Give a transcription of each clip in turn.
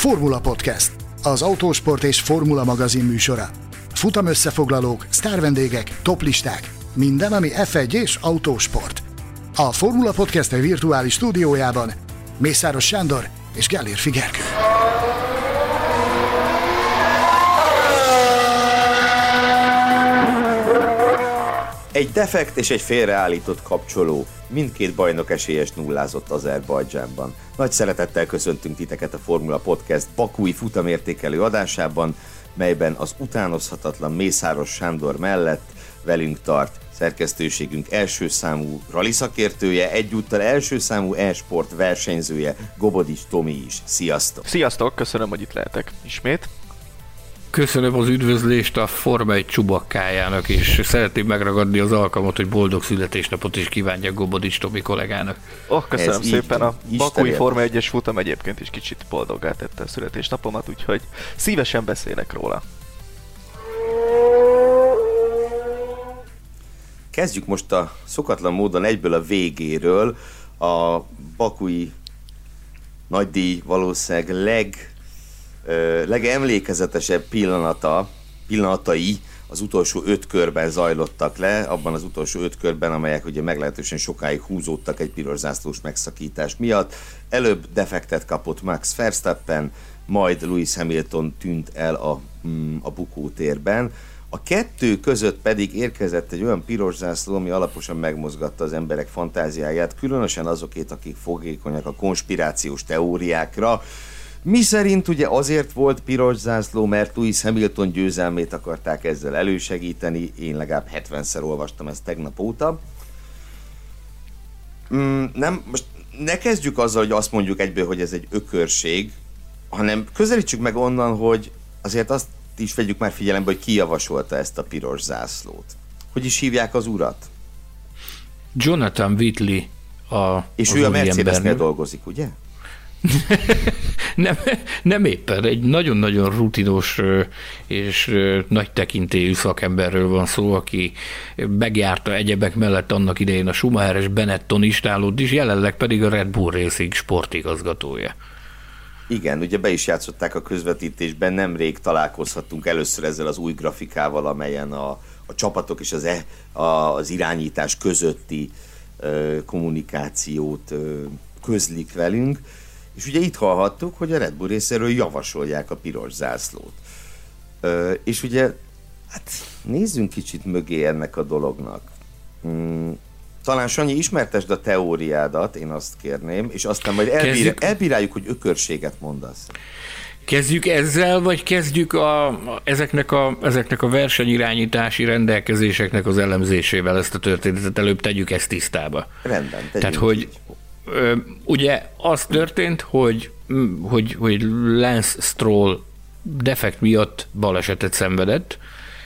Formula Podcast, az autósport és formula magazin műsora. Futam összefoglalók, sztárvendégek, toplisták, minden, ami F1 és autósport. A Formula Podcast virtuális stúdiójában Mészáros Sándor és Gellér Figerkő. Egy defekt és egy félreállított kapcsoló. Mindkét bajnok esélyes nullázott Azerbajdzsánban. Nagy szeretettel köszöntünk titeket a Formula Podcast bakúi futamértékelő adásában, melyben az utánozhatatlan Mészáros Sándor mellett velünk tart szerkesztőségünk első számú rali szakértője, egyúttal első számú e-sport versenyzője, Gobodics Tomi is. Sziasztok! Sziasztok, köszönöm, hogy itt lehetek ismét. Köszönöm az üdvözlést a Forma 1 csubakkájának, és szeretném megragadni az alkalmat, hogy boldog születésnapot is kívánjak Gobodics Tomi kollégának. Köszönöm szépen, a bakúi Forma 1-es futam egyébként is kicsit boldoggá tette a születésnapomat, úgyhogy szívesen beszélek róla. Kezdjük most a szokatlan módon egyből a végéről. A bakúi nagydíj valószínűleg legemlékezetesebb pillanatai az utolsó 5 körben zajlottak le, abban az utolsó 5 körben, amelyek ugye meglehetősen sokáig húzódtak egy piros zászlós megszakítás miatt. Előbb defektet kapott Max Verstappen, majd Lewis Hamilton tűnt el a bukótérben. A kettő között pedig érkezett egy olyan piros zászló, ami alaposan megmozgatta az emberek fantáziáját, különösen azokét, akik fogékonyak a konspirációs teóriákra. Mi szerint ugye azért volt piros zászló, mert Lewis Hamilton győzelmét akarták ezzel elősegíteni, én legalább 70-szer olvastam ezt tegnap óta. Most ne kezdjük azzal, hogy azt mondjuk egyből, hogy ez egy ökörség, hanem közelítsük meg onnan, hogy azért azt is vegyük már figyelembe, hogy ki javasolta ezt a piros zászlót. Hogy is hívják az urat? Jonathan Whitley. És ő a Mercedesnél dolgozik, ugye? nem éppen, egy nagyon-nagyon rutinos és nagy tekintélyű szakemberről van szó, aki megjárta egyebek mellett annak idején a Schumacheres Benetton istálót is, jelenleg pedig a Red Bull Racing sportigazgatója. Igen, ugye be is játszották a közvetítésben, nemrég találkozhattunk először ezzel az új grafikával, amelyen a csapatok és az irányítás közötti kommunikációt közlik velünk, és ugye itt hallhattuk, hogy a Red Bull részéről javasolják a piros zászlót. És ugye, hát nézzünk kicsit mögé ennek a dolognak. Talán Sanyi, ismertesd a teóriádat, én azt kérném, és aztán majd elbíráljuk, hogy ökörséget mondasz. Kezdjük ezzel, vagy kezdjük ezeknek a versenyirányítási rendelkezéseknek az elemzésével ezt a történetet? Előbb tegyük ezt tisztába. Rendben, tegyük. Tehát, hogy ugye az történt, hogy Lance Stroll defekt miatt balesetet szenvedett,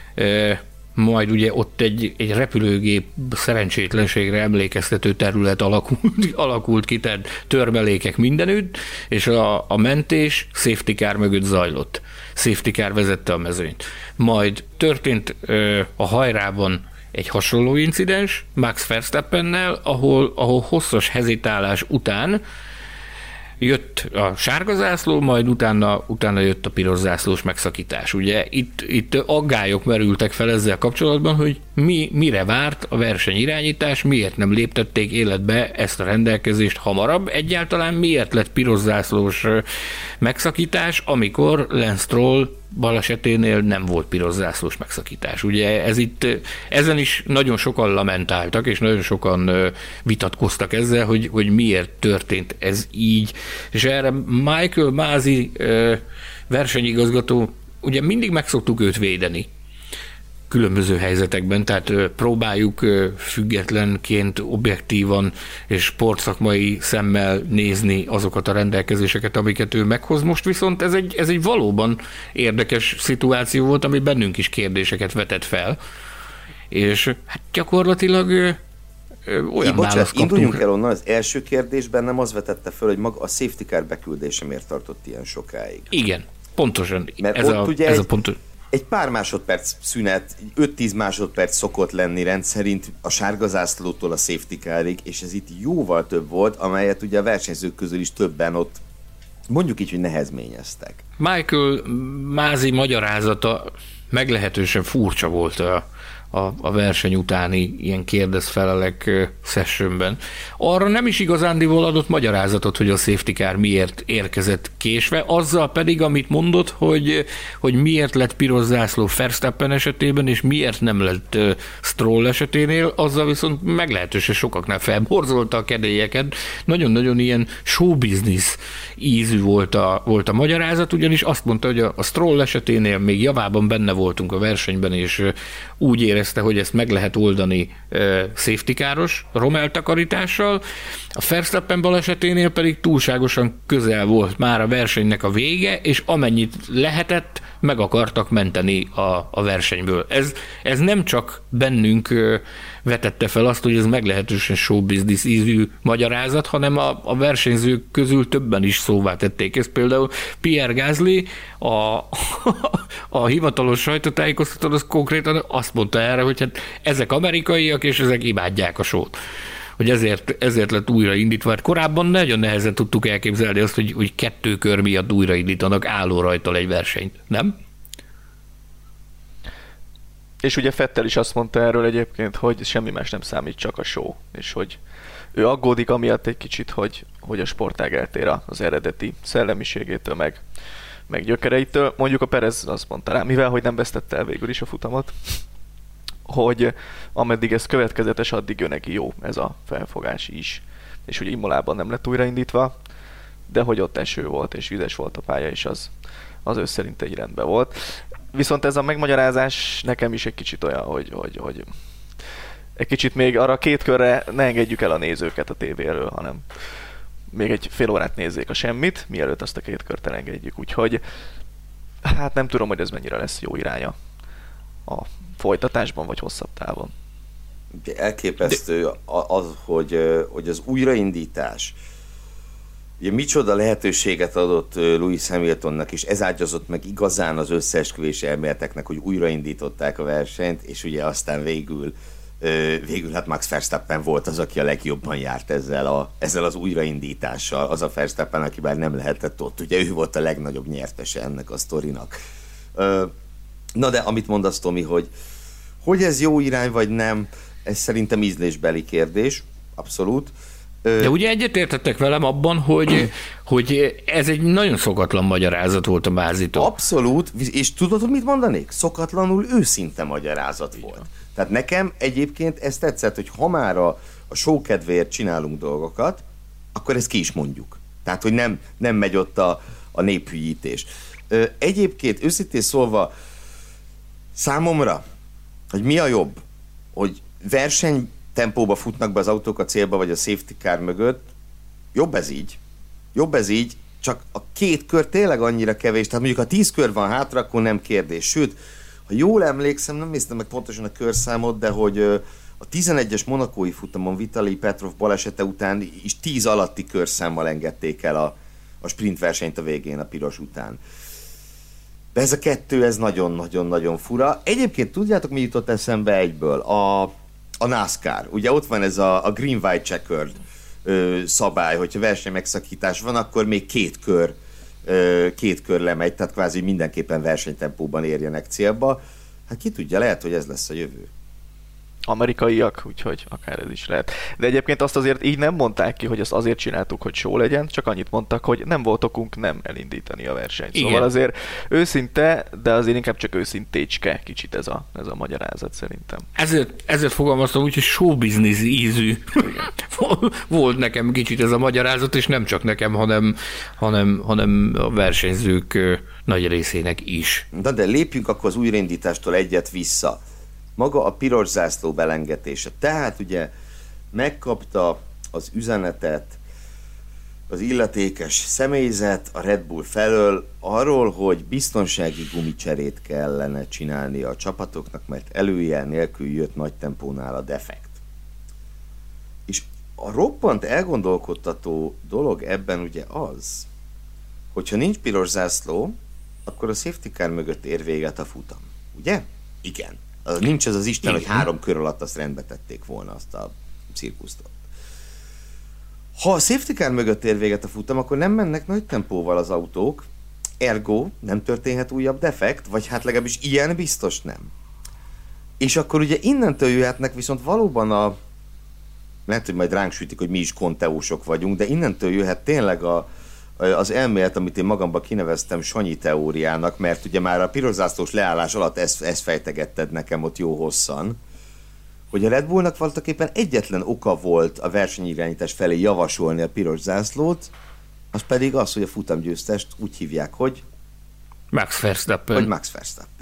majd ugye ott egy repülőgép szerencsétlenségre emlékeztető terület alakult ki, tehát törmelékek mindenütt, és a mentés safety car mögött zajlott. Safety car vezette a mezőnyt. Majd történt a hajrában egy hasonló incidens Max Verstappennel, ahol hosszas hezitálás után jött a sárga zászló, majd utána jött a piros zászlós megszakítás. Ugye itt aggályok merültek fel ezzel kapcsolatban, hogy mire várt a versenyirányítás, miért nem léptették életbe ezt a rendelkezést hamarabb, egyáltalán miért lett piros zászlós megszakítás, amikor Lance Stroll baleseténél nem volt piros zászlós megszakítás. Ugye ezen is nagyon sokan lamentáltak, és nagyon sokan vitatkoztak ezzel, hogy miért történt ez így. És erre Michael Masi versenyigazgató, ugye mindig meg szoktuk őt védeni különböző helyzetekben, tehát próbáljuk függetlenként, objektívan és sportszakmai szemmel nézni azokat a rendelkezéseket, amiket ő meghoz. Most viszont ez egy valóban érdekes szituáció volt, ami bennünk is kérdéseket vetett fel, és hát gyakorlatilag olyan választ kaptunk. Induljunk el onnan, az első kérdésben nem az vetette föl, hogy maga a safety car beküldése miért tartott ilyen sokáig. Igen, pontosan. Mert ez a pontos. Egy pár másodperc szünet, 5-10 másodperc szokott lenni rendszerint a sárga zászlótól a safety carig, és ez itt jóval több volt, amelyet ugye a versenyzők közül is többen ott mondjuk így, hogy nehezményeztek. Michael Masi magyarázata meglehetősen furcsa volt a verseny utáni ilyen kérdezfelelek sessionben. Arra nem is igazándiból adott magyarázatot, hogy a safety car miért érkezett késve, azzal pedig, amit mondott, hogy miért lett piros zászló Verstappen esetében, és miért nem lett Stroll eseténél, azzal viszont meglehetősen sokaknál felborzolta a kedélyeket. Nagyon-nagyon ilyen show business ízű volt a magyarázat, ugyanis azt mondta, hogy a Stroll eseténél még javában benne voltunk a versenyben, és úgy érezte, hogy ezt meg lehet oldani safety car-os Rommel-takarítással. A Verstappen baleseténél pedig túlságosan közel volt már a versenynek a vége, és amennyit lehetett, meg akartak menteni a versenyből. Ez nem csak bennünk vetette fel azt, hogy ez meglehetősen show business ízű magyarázat, hanem a versenyzők közül többen is szóvá tették. Ez például Pierre Gasly, a hivatalos sajtótájékoztatón az konkrétan azt mondta erre, hogy hát ezek amerikaiak, és ezek imádják a sót. Hogy ezért lett újraindítva. Hát korábban nagyon nehezen tudtuk elképzelni azt, hogy 2 kör miatt újraindítanak állórajttal egy versenyt, nem? És ugye Vettel is azt mondta erről egyébként, hogy semmi más nem számít, csak a show. És hogy ő aggódik amiatt egy kicsit, hogy a sportág eltér az eredeti szellemiségétől, meg gyökereitől. Mondjuk a Perez azt mondta rá, mivel hogy nem vesztette el végül is a futamot, hogy ameddig ez következetes, addig ő neki jó ez a felfogás is. És hogy Imolában nem lett újraindítva, de hogy ott eső volt és vizes volt a pálya, és az ő szerint egy rendben volt. Viszont ez a megmagyarázás nekem is egy kicsit olyan, hogy egy kicsit még arra 2 körre ne engedjük el a nézőket a tévéről, hanem még egy fél órát nézzék a semmit, mielőtt azt a 2 kört elengedjük. Úgyhogy hát nem tudom, hogy ez mennyire lesz jó iránya a folytatásban, vagy hosszabb távon. Elképesztő az, hogy az újraindítás ugye micsoda lehetőséget adott Lewis Hamiltonnak, és ez ágyazott meg igazán az összeesküvés elméleteknek, hogy újraindították a versenyt, és ugye aztán végül hát Max Verstappen volt az, aki a legjobban járt ezzel az újraindítással. Az a Verstappen, aki bár nem lehetett ott. Ugye ő volt a legnagyobb nyertese ennek a sztorinak. Na de amit mondasz, Tomi, hogy ez jó irány vagy nem, ez szerintem ízlésbeli kérdés, abszolút. De ugye egyetértettek velem abban, hogy ez egy nagyon szokatlan magyarázat volt a Másitól. Abszolút, és tudod, hogy mit mondanék? Szokatlanul őszinte magyarázat volt. Tehát nekem egyébként ez tetszett, hogy ha már a show kedvéért csinálunk dolgokat, akkor ezt ki is mondjuk. Tehát, hogy nem megy ott a néphülyítés. Egyébként őszintén szólva számomra, hogy mi a jobb, hogy versenytempóba futnak be az autók a célba, vagy a safety car mögött, jobb ez így, csak a 2 kör tényleg annyira kevés, tehát mondjuk ha 10 kör van hátra, akkor nem kérdés. Sőt, ha jól emlékszem, nem néztem meg pontosan a körszámot, de hogy a 11-es monakói futamon Vitali Petrov balesete után is 10 alatti körszámmal engedték el a sprint versenyt a végén, a piros után. De ez a 2, ez nagyon-nagyon-nagyon fura. Egyébként tudjátok, mi jutott eszembe egyből? A NASCAR. Ugye ott van ez a green-white checkered szabály, hogyha verseny megszakítás van, akkor még 2 kör lemegy, tehát kvázi mindenképpen versenytempóban érjenek célba. Hát ki tudja, lehet, hogy ez lesz a jövő. Amerikaiak, úgyhogy akár ez is lehet. De egyébként azt azért így nem mondták ki, hogy ezt azért csináltuk, hogy show legyen, csak annyit mondtak, hogy nem volt okunk nem elindítani a versenyt. Igen. Szóval azért őszinte, de azért inkább csak őszintécske kicsit ez a magyarázat szerintem. Ezért fogalmaztam úgy, hogy show business ízű volt nekem kicsit ez a magyarázat, és nem csak nekem, hanem a versenyzők nagy részének is. De lépjünk akkor az újraindítástól egyet vissza. Maga a piros zászló belengetése. Tehát ugye megkapta az üzenetet az illetékes személyzet a Red Bull felől arról, hogy biztonsági gumicserét kellene csinálni a csapatoknak, mert előjel nélkül jött nagy tempónál a defekt. És a roppant elgondolkodtató dolog ebben ugye az, hogyha nincs piros zászló, akkor a safety car mögött ér véget a futam. Ugye? Igen. Nincs ez az Isten, hogy 3 kör alatt azt rendbe tették volna azt a cirkuszt. Ha a safety car mögött ér véget a futam, akkor nem mennek nagy tempóval az autók, ergo nem történhet újabb defekt, vagy hát legalábbis ilyen biztos nem. És akkor ugye innentől jöhetnek viszont valóban lehet, hogy majd ránk sütik, hogy mi is konteósok vagyunk, de innentől jöhet tényleg az elmélet, amit én magamban kineveztem Sanyi teóriának, mert ugye már a piroszászlós leállás alatt ezt fejtegetted nekem ott jó hosszan, hogy a Red Bullnak voltaképpen egyetlen oka volt a versenyirányítás felé javasolni a piros zászlót, az pedig az, hogy a futamgyőztest úgy hívják, hogy Max Verstappen. Vagy Max Verstappen.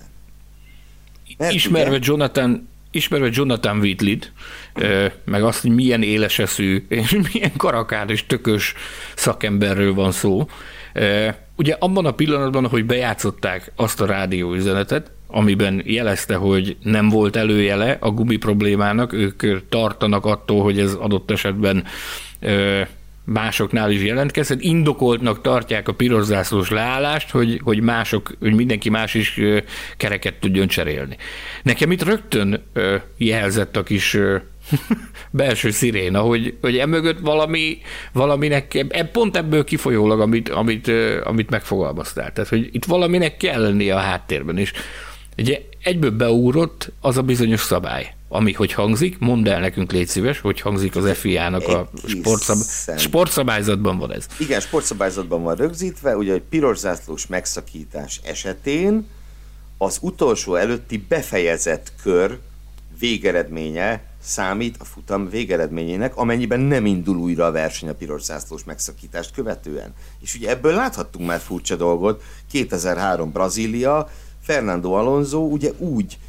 Ismerve Jonathan Whitley-t, meg azt, hogy milyen éleseszű és milyen karakár és tökös szakemberről van szó. Ugye abban a pillanatban, hogy bejátszották azt a rádióüzenetet, amiben jelezte, hogy nem volt előjele a gumi problémának, ők tartanak attól, hogy ez adott esetben másoknál is jelentkezhet, indokoltnak tartják a piros zászlós leállást, hogy mindenki más is kereket tudjon cserélni. Nekem itt rögtön jelzett a kis belső sziréna, hogy emögött valaminek, pont ebből kifolyólag, amit megfogalmaztál. Tehát, hogy itt valaminek kell lennie a háttérben is. Ugye egyből beúrott az a bizonyos szabály, ami hogy hangzik, mondd el nekünk, légy szíves, hogy hangzik az FIA-nak a sportszabályzatban van ez. Igen, sportszabályzatban van rögzítve, ugye egy piros zászlós megszakítás esetén az utolsó előtti befejezett kör végeredménye számít a futam végeredményének, amennyiben nem indul újra a verseny a piros zászlós megszakítást követően. És ugye ebből láthattunk már furcsa dolgot, 2003 Brazília, Fernando Alonso ugye úgy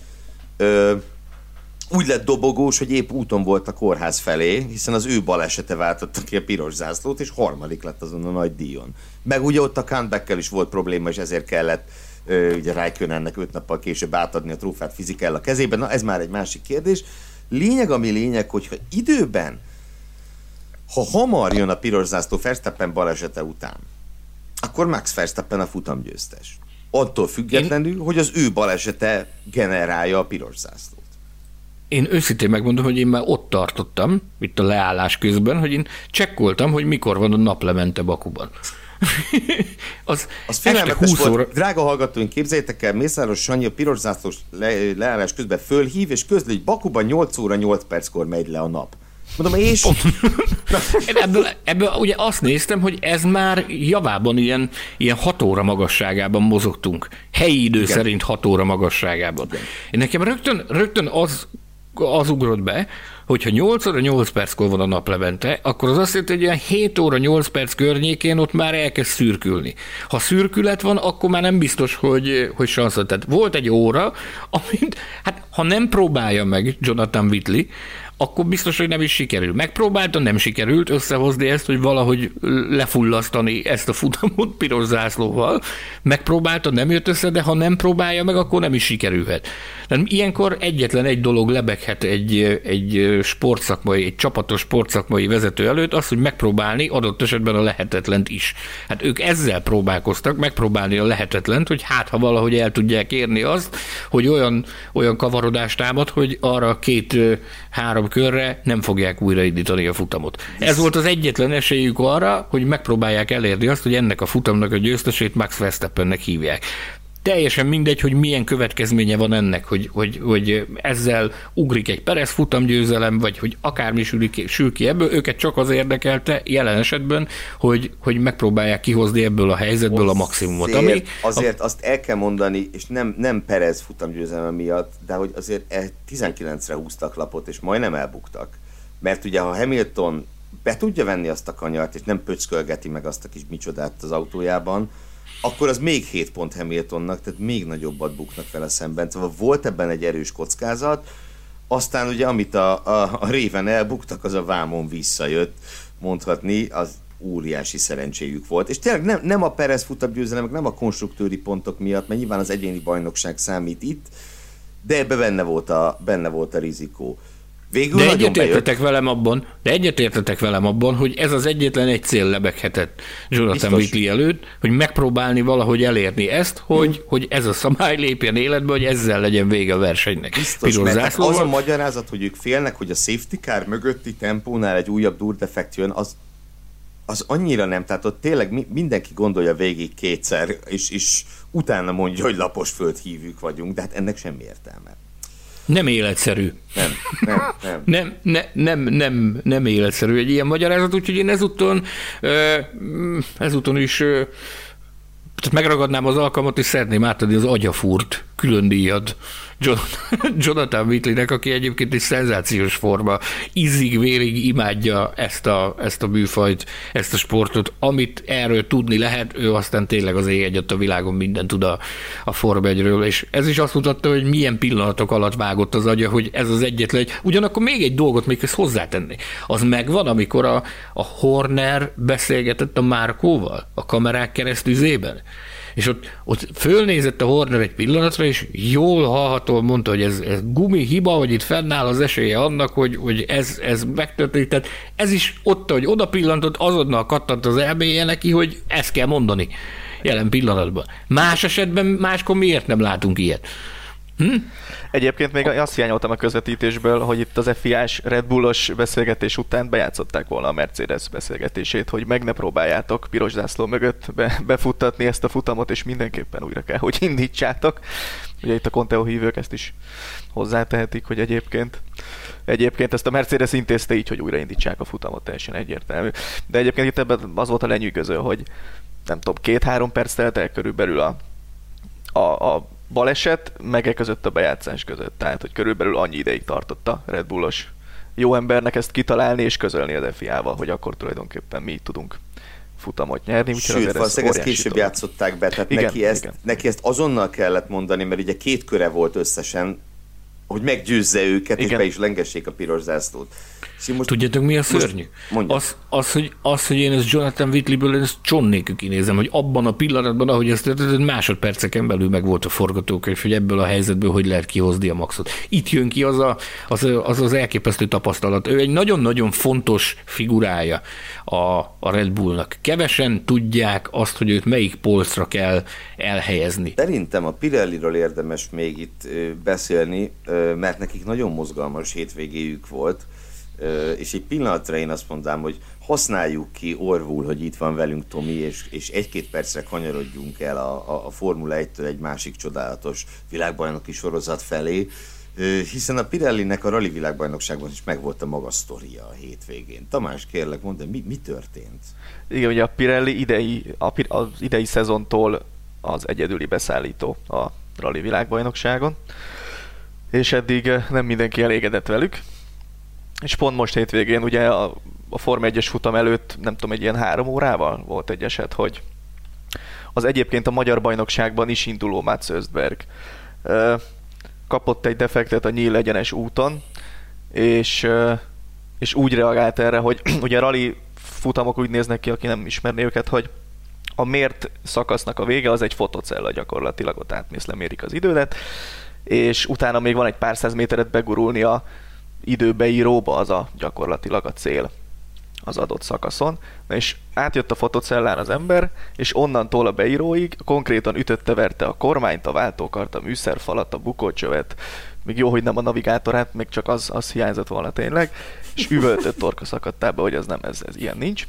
lett dobogós, hogy épp úton volt a kórház felé, hiszen az ő balesete váltotta ki a piros zászlót, és harmadik lett azon a nagy díjon. Meg ugye ott a comebackkel is volt probléma, és ezért kellett ugye Raikkonennek 5 nappal később átadni a trófeát Fisichella kezébe. Na ez már egy másik kérdés. Lényeg, hogyha időben, ha hamar jön a piros zászló Verstappen balesete után, akkor Max Verstappen a futamgyőztes. Attól függetlenül, hogy az ő balesete generálja a piros zászlót. Én őszintén megmondom, hogy én már ott tartottam, itt a leállás közben, hogy én csekkoltam, hogy mikor van a naplemente Bakuban. az félelmetes volt. Drága hallgatóink, képzeljétek el, Mészáros Sanyi a piros zászlós leállás közben fölhív, és közli, hogy Bakuban 8 óra 8 perckor megy le a nap. Mondom, és... Ebből ugye azt néztem, hogy ez már javában ilyen 6 óra magasságában mozogtunk. Helyi idő szerint 6 óra magasságában. Én nekem rögtön az ugrott be, hogyha 8 óra 8 perckor van a naplemente, akkor az azt jelenti, hogy ilyen 7 óra 8 perc környékén ott már elkezd szürkülni. Ha szürkület van, akkor már nem biztos, hogy sanszol. Tehát volt egy óra, amit, hát ha nem próbálja meg Jonathan Whitley, akkor biztos, hogy nem is sikerül. Megpróbálta, nem sikerült összehozni ezt, hogy valahogy lefullasztani ezt a futamot piros zászlóval. Megpróbálta, nem jött össze, de ha nem próbálja meg, akkor nem is sikerülhet. Tehát ilyenkor egyetlen egy dolog lebeghet egy sportszakmai, egy csapatos sportszakmai vezető előtt, az, hogy megpróbálni adott esetben a lehetetlent is. Hát ők ezzel próbálkoztak, megpróbálni a lehetetlent, hogy hát ha valahogy el tudják érni azt, hogy olyan kavarodást támad, hogy arra 2-3 körre nem fogják újraindítani a futamot. Ez volt az egyetlen esélyük arra, hogy megpróbálják elérni azt, hogy ennek a futamnak a győztesét Max Verstappennek hívják. Teljesen mindegy, hogy milyen következménye van ennek, hogy ezzel ugrik egy Perez futamgyőzelem, vagy hogy akármi sül ki ebből, őket csak az érdekelte jelen esetben, hogy megpróbálják kihozni ebből a helyzetből a maximumot. Azért azt el kell mondani, és nem Perez futamgyőzelme miatt, de hogy azért 19-re húztak lapot, és majdnem elbuktak. Mert ugye ha Hamilton be tudja venni azt a kanyart, és nem pöckölgeti meg azt a kis micsodát az autójában, akkor az még 7 pont Hamiltonnak, tehát még nagyobbat buknak vele szemben. Szóval volt ebben egy erős kockázat, aztán ugye amit a réven elbuktak, az a vámon visszajött, mondhatni, az óriási szerencséjük volt. És tényleg nem a Perez futamgyőzelem, nem a konstruktőri pontok miatt, mert nyilván az egyéni bajnokság számít itt, de ebbe benne volt a rizikó. Végül de egyetértetek velem abban, hogy ez az egyetlen egy cél lebeghetett Jonathan Whitley előtt, hogy megpróbálni valahogy elérni ezt, hogy ez a szabály lépjen életbe, hogy ezzel legyen vége a versenynek. Biztos, mert az a magyarázat, hogy ők félnek, hogy a safety car mögötti tempónál egy újabb durdefekt jön, az az annyira nem, tehát ott tényleg mindenki gondolja végig kétszer, és utána mondja, hogy laposföld hívők vagyunk, de hát ennek semmi értelme. Nem életszerű. Nem életszerű egy ilyen magyarázat, úgyhogy én ezúton is tehát megragadnám az alkalmat, és szeretném átadni az agyafúrt külön díjat Jonathan Whitleynek, aki egyébként egy szenzációs forma, ízig-vérig imádja ezt a műfajt, ezt a sportot, amit erről tudni lehet, ő aztán tényleg az ég egyet a világon mindent tud a Forma 1-ről, és ez is azt mutatta, hogy milyen pillanatok alatt vágott az agya, hogy ez az egyetlen. Ugyanakkor még egy dolgot még ezt hozzátenni. Az megvan, amikor a Horner beszélgetett a Márkóval a kamerák keresztüzében, és ott fölnézett a Horner egy pillanatra, és jól hallhatóan mondta, hogy ez gumi hiba, hogy itt fennáll az esélye annak, hogy ez megtörténik. Tehát ez is ott, hogy oda pillantott, azonnal kattant az elméje neki, hogy ezt kell mondani jelen pillanatban. Más esetben máskor miért nem látunk ilyet? Egyébként még azt hiányoltam a közvetítésből, hogy itt az FIA-s Red Bullos beszélgetés után bejátszották volna a Mercedes beszélgetését, hogy meg ne próbáljátok piros zászló mögött befuttatni ezt a futamot, és mindenképpen újra kell, hogy indítsátok. Ugye itt a Conteo hívők ezt is hozzátehetik, hogy egyébként ezt a Mercedes intézte így, hogy újraindítsák a futamot, teljesen egyértelmű. De egyébként itt ebben az volt a lenyűgöző, hogy nem tudom, 2-3 perc telt el körülbelül a baleset, meg között a bejátszás között. Tehát, hogy körülbelül annyi ideig tartott a Red Bullos jó embernek ezt kitalálni és közölni az FIA-val, hogy akkor tulajdonképpen mi tudunk futamot nyerni. Sőt, valószínűleg ezt később játszották be, tehát neki ezt azonnal kellett mondani, mert ugye 2 köre volt összesen, hogy meggyőzze őket, és be is lengessék a piros zászlót. Tudjátok, mi a szörnyű? Az, hogy én ezt Jonathan Whitleyből ezt cson kinézem, hogy abban a pillanatban, ahogy ezt történt, másodperceken belül meg volt a forgatókönyv, hogy ebből a helyzetből hogy lehet kihozni a maxot. Itt jön ki az elképesztő tapasztalat. Ő egy nagyon-nagyon fontos figurája a Red Bullnak. Kevesen tudják azt, hogy őt melyik polcra kell elhelyezni. Szerintem a Pirelliről érdemes még itt beszélni, mert nekik nagyon mozgalmas hétvégéjük volt, és egy pillanatra én azt mondám, hogy használjuk ki orvul, hogy itt van velünk Tomi, és 1-2 percre kanyarodjunk el a Formula 1-től egy másik csodálatos világbajnoki sorozat felé, hiszen a Pirellinek a rally világbajnokságban is megvolt a maga sztoria a hétvégén. Tamás, kérlek, mondd, mi történt? Igen, ugye a Pirelli az idei szezontól az egyedüli beszállító a rally világbajnokságon, és eddig nem mindenki elégedett velük. És pont most hétvégén ugye a Forma 1-es futam előtt, nem tudom, egy ilyen 3 órával volt egy eset, hogy az egyébként a magyar bajnokságban is induló Mats Östberg kapott egy defektet a nyíl egyenes úton, és úgy reagált erre, hogy ugye a rally futamok úgy néznek ki, aki nem ismerné őket, hogy a mért szakasznak a vége az egy fotocella gyakorlatilag, ott átmész, lemérik az idődet, és utána még van egy pár száz méteret begurulni a időbeíróba, az gyakorlatilag a cél az adott szakaszon. Na és átjött a fotocellán az ember, és onnantól a beíróig konkrétan ütötte-verte a kormányt, a váltókart, a műszerfalat, a bukócsövet, még jó, hogy nem a navigátorát, még csak az hiányzott volna tényleg, és üvöltött torka szakadtába, hogy ez nem, ez ilyen nincs.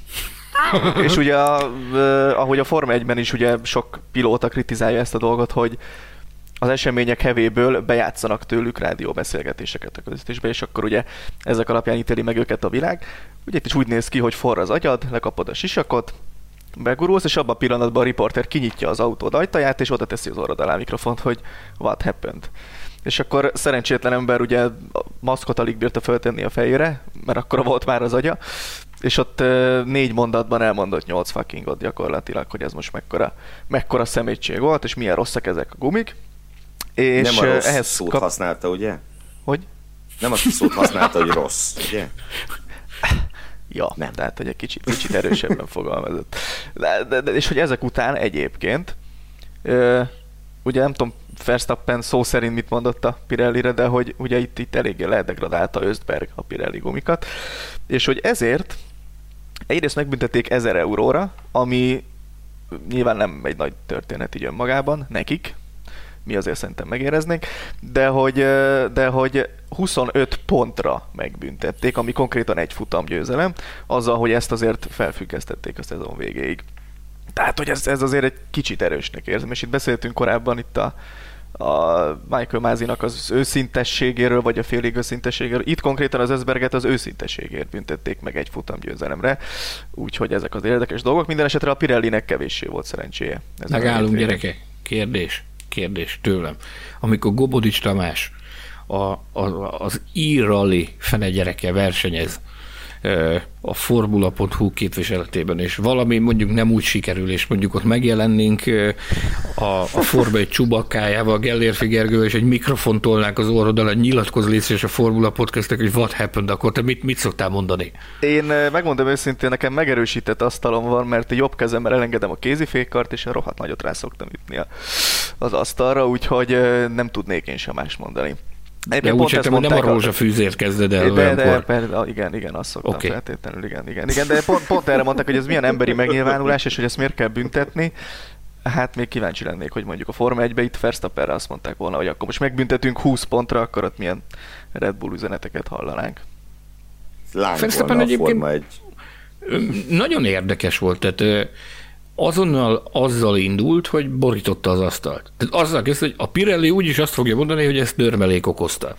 És ugye, ahogy a Forma 1-ben is ugye sok pilóta kritizálja ezt a dolgot, hogy az események hevéből bejátszanak tőlük rádióbeszélgetéseket a közvetítésbe, és akkor ugye ezek alapján ítéli meg őket a világ. Ugye itt is úgy néz ki, hogy forr az agyad, lekapod a sisakot, begurulsz, és abban a pillanatban a riporter kinyitja az autód ajtaját, és oda teszi az orrod alá a mikrofont, hogy what happened. És akkor szerencsétlen ember ugye a maszkot alig bírta föltenni a fejére, mert akkora volt már az agya, és ott 4 mondatban elmondott 8 fuckingot gyakorlatilag, hogy ez most mekkora szemétség volt, és milyen rosszak ezek a gumik. És nem a rossz ehhez szót használta, ugye? Hogy? Nem azt a szót használta, hogy rossz, ugye? Ja, nem. Tehát, hogy egy kicsit erősebben fogalmazott. És hogy ezek után egyébként, ugye nem tudom, Verstappen szó szerint mit mondott a Pirellire, de hogy ugye itt eléggé ledegradálta Östberg a Pirelli gumikat, és hogy ezért egyrészt megbüntették 1000 euróra, ami nyilván nem egy nagy történet így önmagában, nekik, mi azért szerintem megéreznénk, de hogy 25 pontra megbüntették, ami konkrétan egy futamgyőzelem, azzal, hogy ezt azért felfüggesztették a szezon végéig. Tehát, hogy ez azért egy kicsit erősnek érzem, és itt beszéltünk korábban itt a Michael Masinak az őszintességéről, vagy a félig őszintességéről. Itt konkrétan az Ösberget az őszintességért büntették meg egy futamgyőzelemre, úgyhogy ezek az érdekes dolgok. Minden esetre a Pirellinek kevéssé volt szerencséje. Megállunk, gyerekek. Kérdés tőlem. Amikor Gobodics Tamás az e-rally fene gyereke versenyez a Formula.hu képviseletében, és valami mondjuk nem úgy sikerül, és mondjuk ott megjelennénk a Forma egy Csubakkájával, Gellérfi Gergő, és egy mikrofont tolnánk az orrodal, nyilatkozz és a Formula Podcastek, hogy what happened, akkor te mit szoktál mondani? Én megmondom őszintén, nekem megerősített asztalom van, mert jobb kezemmel elengedem a kézifékkart, és a rohadt nagyot rá szoktam ütni az asztalra, úgyhogy nem tudnék én sem más mondani. De úgy értem, hogy nem a rózsafűzért kezded el olyankor. Igen, azt szoktam feltétlenül, igen. De pont erre mondták, hogy ez milyen emberi megnyilvánulás, és hogy ezt miért kell büntetni. Hát még kíváncsi lennék, hogy mondjuk a Forma 1-be itt Verstappenre azt mondták volna, hogy akkor most megbüntetünk 20 pontra, akkor ott milyen Red Bull üzeneteket hallanánk. Verstappen egyébként nagyon érdekes volt, tehát azonnal azzal indult, hogy borította az asztalt. Tehát azzal kezdte, hogy a Pirelli úgyis azt fogja mondani, hogy ezt törmelék okozta.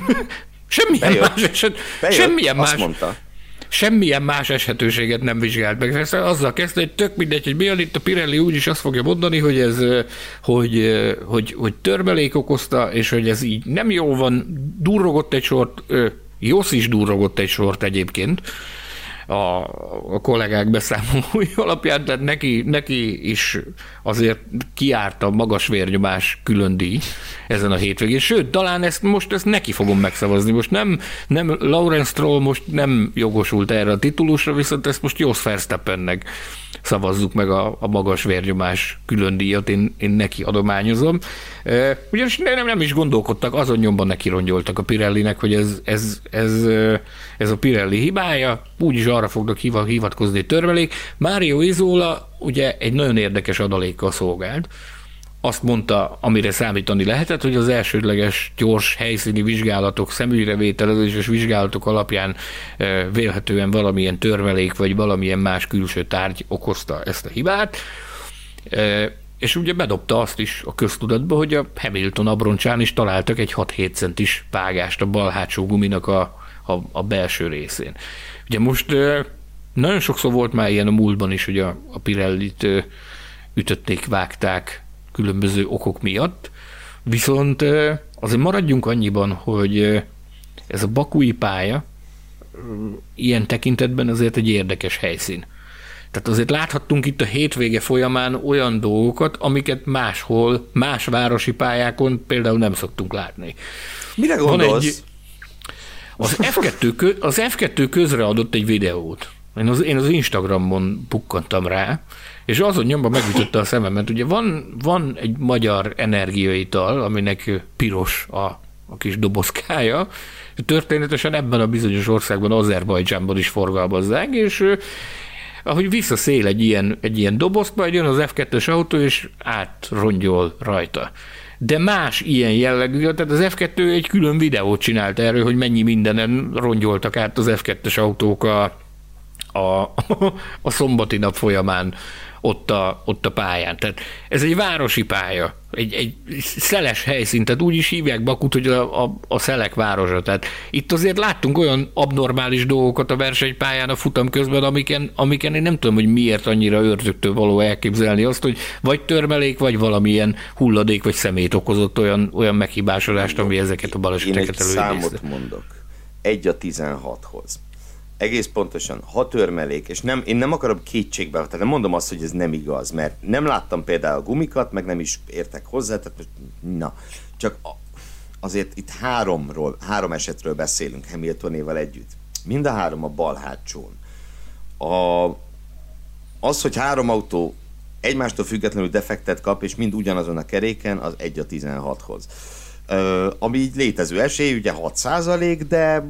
Semmilyen más esetőséget nem vizsgált meg. Azzal kezdte, hogy tök mindegy, hogy milyen itt a Pirelli úgyis azt fogja mondani, hogy ez hogy törmelék okozta, és hogy ez így nem jó van, durrogott egy sort, Josz is durrogott egy sort egyébként, a kollégák beszámolói alapján, tehát neki is azért kiárt a magas vérnyomás külön díj ezen a hétvégén. Sőt, talán ezt neki fogom megszavazni. Most nem Lawrence Stroll most nem jogosult erre a titulusra, viszont ezt most Jos Verstappennek szavazzuk meg a magas vérnyomás külön díjat, én neki adományozom. Ugyanis nem is gondolkodtak, azon nyomban neki rongyoltak a Pirellinek, hogy ez a Pirelli hibája, úgyis arra fognak hivatkozni törmelék. Mario Isola ugye egy nagyon érdekes adalékkal szolgált. Azt mondta, amire számítani lehetett, hogy az elsődleges gyors helyszíni vizsgálatok, szemügyrevételezéses vizsgálatok alapján vélhetően valamilyen törmelék vagy valamilyen más külső tárgy okozta ezt a hibát. És ugye bedobta azt is a köztudatba, hogy a Hamilton abroncsán is találtak egy 6-7 centis vágást a bal hátsó guminak a belső részén. Ugye most nagyon sokszor volt már ilyen a múltban is, hogy a Pirellit ütötték, vágták különböző okok miatt, viszont azért maradjunk annyiban, hogy ez a bakui pálya ilyen tekintetben azért egy érdekes helyszín. Tehát azért láthattunk itt a hétvége folyamán olyan dolgokat, amiket máshol, más városi pályákon például nem szoktunk látni. Mire gondolsz? Az F2 közreadott egy videót. Én az Instagramon pukkantam rá, és azon nyomban megütötte a szememet. Ugye van egy magyar energiaital, aminek piros a kis dobozkája. Történetesen ebben a bizonyos országban, Azerbajdzsánban is forgalmazzák, és ahogy visszaszél egy ilyen dobozt, majd jön az F2-es autó, és átrongyol rajta. De más ilyen jellegű, tehát az F2 egy külön videót csinált erről, hogy mennyi mindenen rongyoltak át az F2-es autók a szombati nap folyamán ott a pályán. Tehát ez egy városi pálya, egy szeles helyszín, tehát úgy is hívják Bakut, hogy a szelek városa. Tehát itt azért láttunk olyan abnormális dolgokat a versenypályán a futam közben, amiken én nem tudom, hogy miért annyira ördögtől való elképzelni azt, hogy vagy törmelék, vagy valamilyen hulladék, vagy szemét okozott olyan meghibásodást, ami ezeket a baleseteket előidézte. Én egy számot mondok. 1/16-hoz. Egész pontosan, ha törmelék, és én nem akarom kétségbe, tehát nem mondom azt, hogy ez nem igaz, mert nem láttam például a gumikat, meg nem is értek hozzá, tehát csak azért itt három esetről beszélünk Hamiltonéval együtt. Mind a három a bal hátsón. Az, hogy 3 autó egymástól függetlenül defektet kap, és mind ugyanazon a keréken, az 1/16-hoz. Ami így létező esély, ugye 6%, de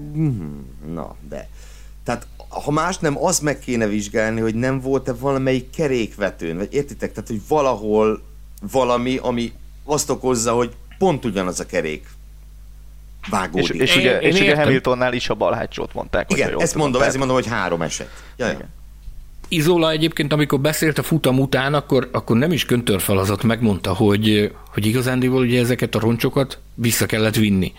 tehát ha más nem, az meg kéne vizsgálni, hogy nem volt-e valamelyik kerékvetőn, vagy értitek? Tehát, hogy valahol valami, ami azt okozza, hogy pont ugyanaz a kerék vágódik. És ugye Hamiltonnál is a bal hátsót mondták. Igen, ezért mondom, hogy 3 eset. Ja. Izola egyébként, amikor beszélt a futam után, akkor nem is köntörfalazott, megmondta, hogy igazándiból ugye ezeket a roncsokat vissza kellett vinni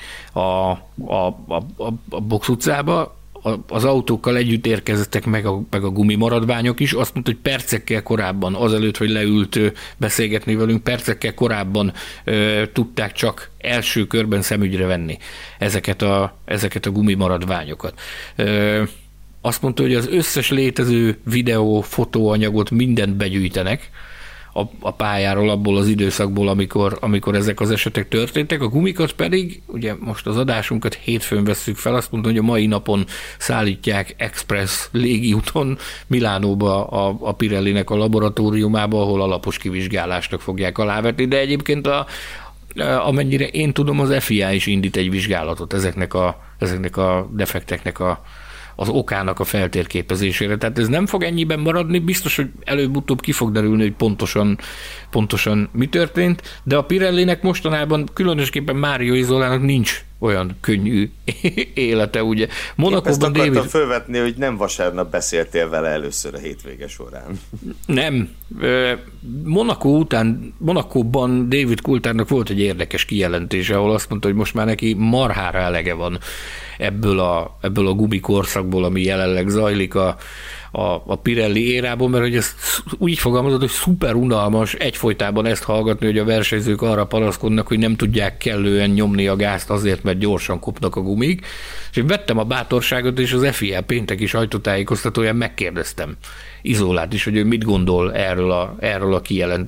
a box utcába. Az autókkal együtt érkeztek meg a gumimaradványok is. Azt mondta, hogy percekkel korábban, azelőtt, hogy leült beszélgetni velünk, percekkel korábban tudták csak első körben szemügyre venni ezeket a gumimaradványokat. Azt mondta, hogy az összes létező videó, fotóanyagot mindent begyűjtenek a pályáról, abból az időszakból, amikor ezek az esetek történtek. A gumikat pedig, ugye most az adásunkat hétfőn vesszük fel, azt mondta, hogy a mai napon szállítják express légiúton Milánóba a Pirellinek a laboratóriumába, ahol alapos kivizsgálásnak fogják alávetni, de egyébként amennyire én tudom, az FIA is indít egy vizsgálatot ezeknek a defekteknek az okának a feltérképezésére. Tehát ez nem fog ennyiben maradni, biztos, hogy előbb-utóbb ki fog derülni, hogy pontosan mi történt, de a Pirellinek mostanában, különösképpen Mário Izolának nincs olyan könnyű élete, ugye. Monakóban David... Ezt akartam fölvetni, hogy nem vasárnap beszéltél vele először a hétvége során. Nem. Monakóban David Coulthardnak volt egy érdekes kijelentése, ahol azt mondta, hogy most már neki marhára elege van ebből a gumikorszakból, ami jelenleg zajlik a Pirelli érából, mert hogy ez úgy fogalmazott, hogy szuper unalmas egyfolytában ezt hallgatni, hogy a versenyzők arra panaszkodnak, hogy nem tudják kellően nyomni a gázt azért, mert gyorsan kopnak a gumik. És én vettem a bátorságot, és az FIA pénteki sajtótájékoztatóján megkérdeztem Izolát is, hogy ő mit gondol erről a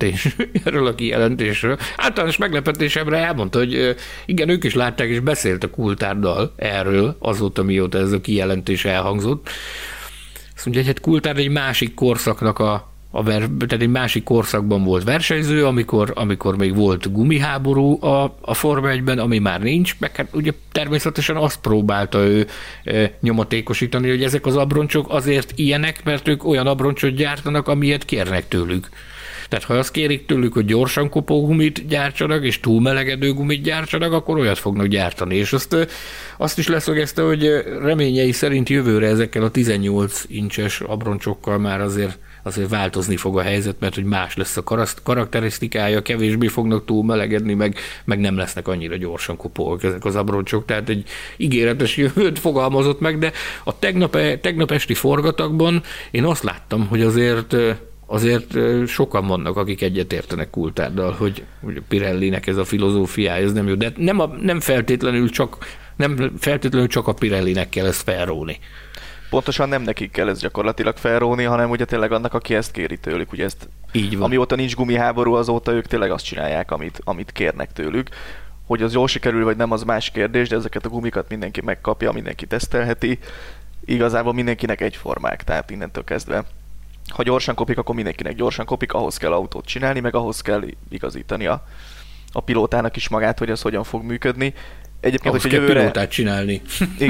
kijelentésről. Általános meglepetésemre elmondta, hogy igen, ők is látták, és beszélt a Coultharddal erről azóta, mióta ez a kijelentés elhangzott. Azt mondja, hogy hát Coulthard egy másik korszaknak tehát egy másik korszakban volt versenyző, amikor még volt gumiháború a Forma 1-ben, ami már nincs, meg hát ugye természetesen azt próbálta ő nyomatékosítani, hogy ezek az abroncsok azért ilyenek, mert ők olyan abroncsot gyártanak, amilyet kérnek tőlük. Tehát ha azt kérik tőlük, hogy gyorsan kopó gumit gyártsanak, és túlmelegedő gumit gyártsanak, akkor olyat fognak gyártani. És azt is leszögezte, hogy reményei szerint jövőre ezekkel a 18 incses abroncsokkal már azért változni fog a helyzet, mert hogy más lesz a karakterisztikája, kevésbé fognak túlmelegedni, meg nem lesznek annyira gyorsan kopóak ezek az abroncsok. Tehát egy ígéretes jövőt fogalmazott meg, de a tegnap esti forgatagban én azt láttam, hogy azért sokan vannak, akik egyetértenek Coultharddal, hogy a Pirellinek ez a filozófiája, ez nem jó, de nem feltétlenül csak a Pirellinek kell ezt felróni. Pontosan nem nekik kell ezt gyakorlatilag felróni, hanem ugye tényleg annak, aki ezt kéri tőlük. Ugye ezt, így van. Amióta nincs gumiháború, azóta ők tényleg azt csinálják, amit kérnek tőlük. Hogy az jól sikerül, vagy nem, az más kérdés, de ezeket a gumikat mindenki megkapja, mindenki tesztelheti. Igazából mindenkinek egyformák, tehát innentől kezdve. Ha gyorsan kopik, akkor mindenkinek gyorsan kopik, ahhoz kell autót csinálni, meg ahhoz kell igazítani a pilótának is magát, hogy ez hogyan fog működni. Egyébként, ahhoz kell pilótát csinálni.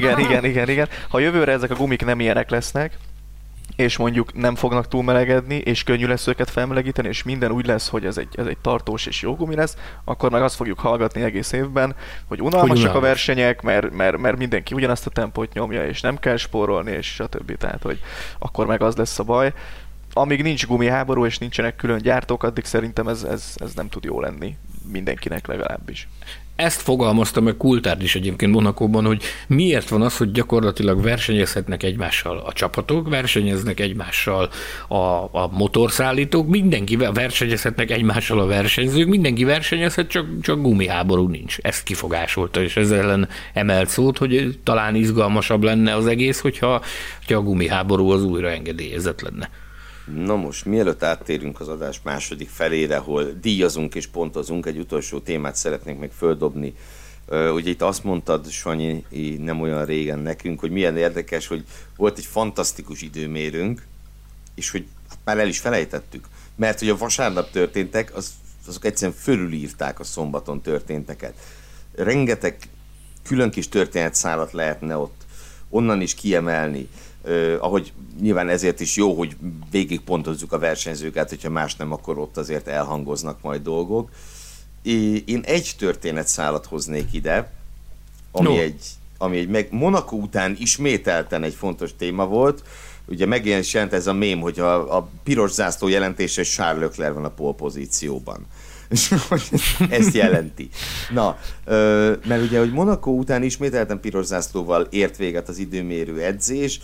Igen. Ha jövőre ezek a gumik nem ilyenek lesznek, és mondjuk nem fognak túlmelegedni, és könnyű lesz őket felmelegíteni, és minden úgy lesz, hogy ez egy tartós és jó gumi lesz, akkor meg azt fogjuk hallgatni egész évben, hogy unalmasak a versenyek, mert mindenki ugyanazt a tempót nyomja, és nem kell spórolni, és stb. Tehát, hogy akkor meg az lesz a baj. Amíg nincs gumiháború, és nincsenek külön gyártók, addig szerintem ez nem tud jó lenni. Mindenkinek legalábbis. Ezt fogalmazta meg Coulthard is egyébként Monakóban, hogy miért van az, hogy gyakorlatilag versenyezhetnek egymással a csapatok, versenyeznek egymással a motorszállítók, mindenki versenyezhetnek egymással a versenyzők, mindenki versenyezhet, csak gumiháború nincs. Ezt kifogásolta, és ezzel ellen emelt szót, hogy talán izgalmasabb lenne az egész, hogyha a gumiháború az újra engedélyezett lenne. Na most, mielőtt áttérünk az adás második felére, ahol díjazunk és pontozunk, egy utolsó témát szeretnénk meg földobni. Ugye itt azt mondtad, Sanyi, nem olyan régen nekünk, hogy milyen érdekes, hogy volt egy fantasztikus időmérőnk, és hogy már el is felejtettük. Mert hogy a vasárnap történtek, azok egyszerűen fölülírták a szombaton történteket. Rengeteg külön kis történetszálat lehetne ott onnan is kiemelni. Ahogy nyilván ezért is jó, hogy végig pontozzuk a versenyzőket, hogyha más nem, akkor ott azért elhangoznak majd dolgok. én egy történetszálat hoznék ide, ami egy Monaco után ismételten egy fontos téma volt. Ugye megjelent ez a mém, hogy a piros zászló jelentése Charles Leclerc van a pole pozícióban. Ezt jelenti. Na, mert ugye, hogy Monaco után ismételten piros zászlóval ért véget az időmérő edzés,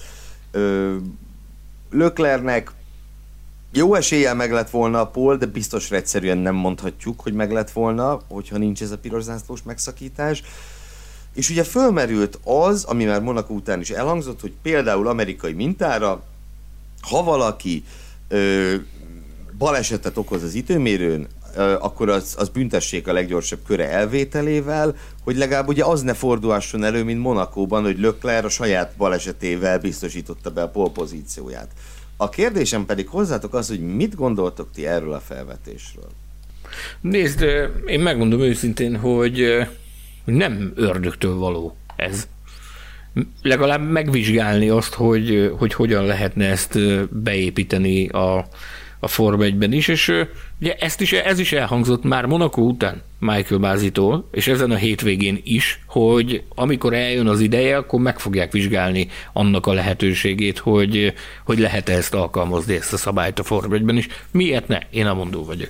Leclercnek jó eséllyel meg lett volna a pole, de biztosra egyszerűen nem mondhatjuk, hogy meg lett volna, hogyha nincs ez a piros zászlós megszakítás. És ugye fölmerült az, ami már Monaco után is elhangzott, hogy például amerikai mintára, ha valaki balesetet okoz az időmérőn, akkor az büntessék a leggyorsabb köre elvételével, hogy legalább ugye az ne fordulhasson elő, mint Monacóban, hogy Leclerc a saját balesetével biztosította be a pole pozícióját. A kérdésem pedig hozzátok az, hogy mit gondoltok ti erről a felvetésről? Nézd, én megmondom őszintén, hogy nem ördögtől való ez. Legalább megvizsgálni azt, hogy hogyan lehetne ezt beépíteni a Forma 1-ben is, és ugye ez is elhangzott már Monaco után Michael Masi-tól, és ezen a hétvégén is, hogy amikor eljön az ideje, akkor meg fogják vizsgálni annak a lehetőségét, hogy lehet ezt alkalmazni, ezt a szabályt a Forma 1-ben is. Miért ne? Én a mondó vagyok.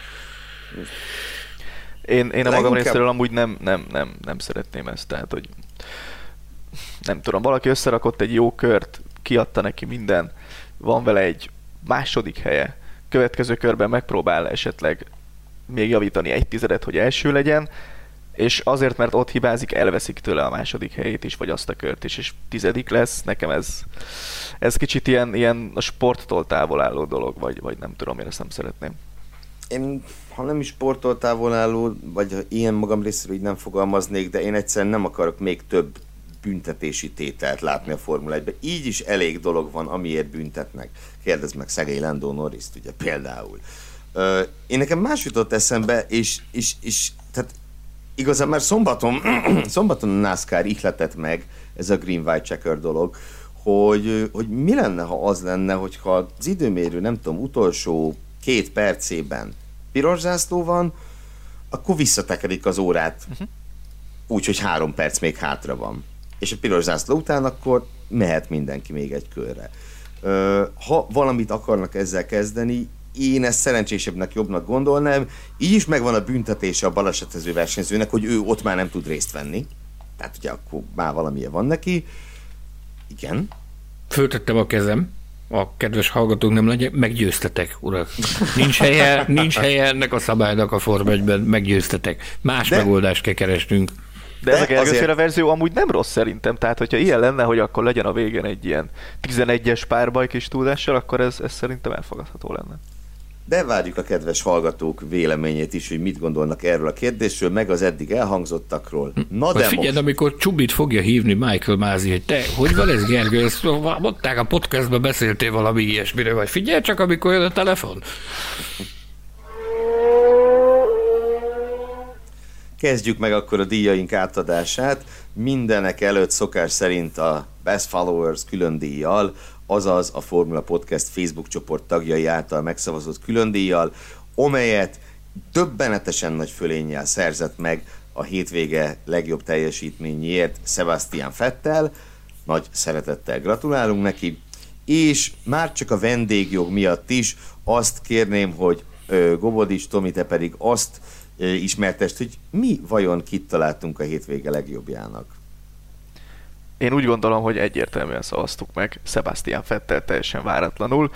Én a magam részéről amúgy nem szeretném ezt, tehát hogy nem tudom, valaki összerakott egy jó kört, kiadta neki minden, van vele egy második helye, következő körben megpróbál esetleg még javítani 1/10, hogy első legyen, és azért, mert ott hibázik, elveszik tőle a második helyét is, vagy azt a kört is, és 10. lesz. Nekem ez kicsit ilyen a sporttól távol álló dolog, vagy nem tudom, én ezt nem szeretném. Én, ha nem is sporttól távol álló, vagy ilyen magam részéről így nem fogalmaznék, de én egyszerűen nem akarok még több büntetési tételt látni a Formula 1-ben. Így is elég dolog van, amiért büntetnek. Kérdezd meg szegény Lando Norrist, ugye például. Én nekem más jutott eszembe, és tehát igazán már szombaton a NASCAR ihletett meg ez a green-white checker dolog, hogy mi lenne, ha az lenne, hogyha az időmérő, nem tudom, utolsó 2 percében piros zászló van, akkor visszatekerik az órát úgy, hogy 3 perc még hátra van. És a piros zászló után akkor mehet mindenki még egy körre. Ha valamit akarnak ezzel kezdeni, én ezt szerencsésebbnek, jobbnak gondolnám. Így is megvan a büntetése a balesetező versenyzőnek, hogy ő ott már nem tud részt venni. Tehát ugye akkor már valamilyen van neki. Igen. Föltettem a kezem. A kedves hallgatók nem legyen, meggyőztetek, urak. Nincs helye ennek a szabálynak a Forma 1-ben, meggyőztetek. Más megoldást kell keresnünk. De ez a Gergőféle verzió amúgy nem rossz szerintem, tehát hogyha ilyen lenne, hogy akkor legyen a végén egy ilyen 11-es párbaj kis túlzással, akkor ez szerintem elfogadható lenne. De várjuk a kedves hallgatók véleményét is, hogy mit gondolnak erről a kérdésről, meg az eddig elhangzottakról. Na de figyelj, most... amikor Csubit fogja hívni Michael Masi, hogy te, hogy van ez, Gergő? Ezt mondták a podcastban, beszéltél valami ilyesmiről, vagy figyelj csak, amikor jön a telefon. Kezdjük meg akkor a díjaink átadását. Mindenek előtt szokás szerint a Best Followers külön díjjal, azaz a Formula Podcast Facebook csoport tagjai által megszavazott külön díjjal, amelyet döbbenetesen nagy fölénnyel szerzett meg a hétvége legjobb teljesítményéért Sebastian Vettel. Nagy szeretettel gratulálunk neki, és már csak a vendégjog miatt is azt kérném, hogy Gobodics Tomi, te pedig azt ismertest, hogy mi vajon kit találtunk a hétvége legjobbjának. Én úgy gondolom, hogy egyértelműen szavaztuk meg Sebastian Vettel teljesen váratlanul.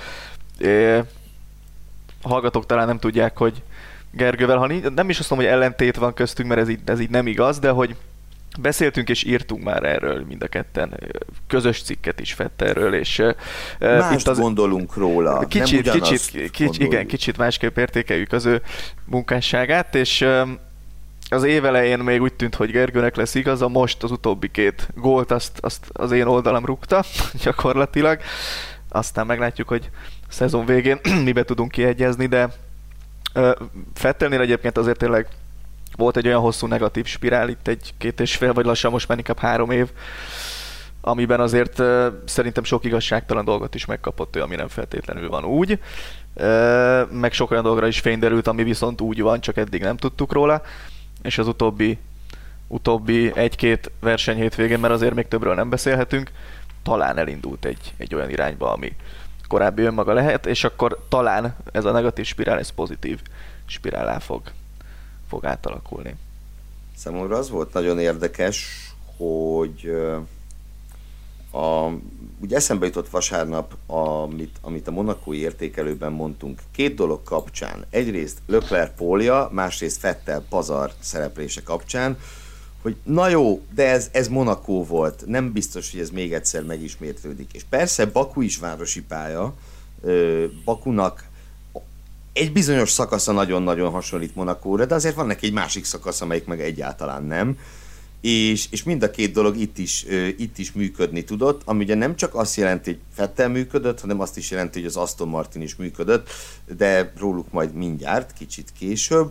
A hallgatók talán nem tudják, hogy Gergővel, ha nem is azt mondom, hogy ellentét van köztünk, mert ez így nem igaz, de hogy beszéltünk és írtunk már erről mind a ketten, közös cikket is Vettelről, és mást gondolunk róla. Kicsit másképp értékeljük az ő munkásságát, és az év elején még úgy tűnt, hogy Gergőnek lesz igaza, most az utóbbi 2 gólt azt az én oldalam rúgta gyakorlatilag. Aztán meglátjuk, hogy a szezon végén mibe tudunk kiegyezni, de Vettelnél egyébként azért tényleg volt egy olyan hosszú negatív spirál, itt egy 2,5 vagy lassan most már inkább 3 év, amiben azért szerintem sok igazságtalan dolgot is megkapott ő, ami nem feltétlenül van úgy. Meg sok olyan dolgra is fény derült, ami viszont úgy van, csak eddig nem tudtuk róla. És az utóbbi egy-két verseny hétvégén, mert azért még többről nem beszélhetünk, talán elindult egy olyan irányba, ami korábbi önmaga lehet, és akkor talán ez a negatív spirál, ez pozitív spirálá fog átalakulni. Számomra az volt nagyon érdekes, hogy ugye eszembe jutott vasárnap, amit a monacói értékelőben mondtunk, két dolog kapcsán. Egyrészt Leclerc pólja, másrészt Vettel pazar szereplése kapcsán, hogy na jó, de ez Monaco volt, nem biztos, hogy ez még egyszer megismétlődik. És persze Baku is városi pálya, Bakunak egy bizonyos szakasza nagyon-nagyon hasonlít Monacóra, de azért van neki egy másik szakasz, amelyik meg egyáltalán nem. És mind a két dolog itt is működni tudott, ami ugye nem csak azt jelenti, hogy Vettel működött, hanem azt is jelenti, hogy az Aston Martin is működött, de róluk majd mindjárt, kicsit később.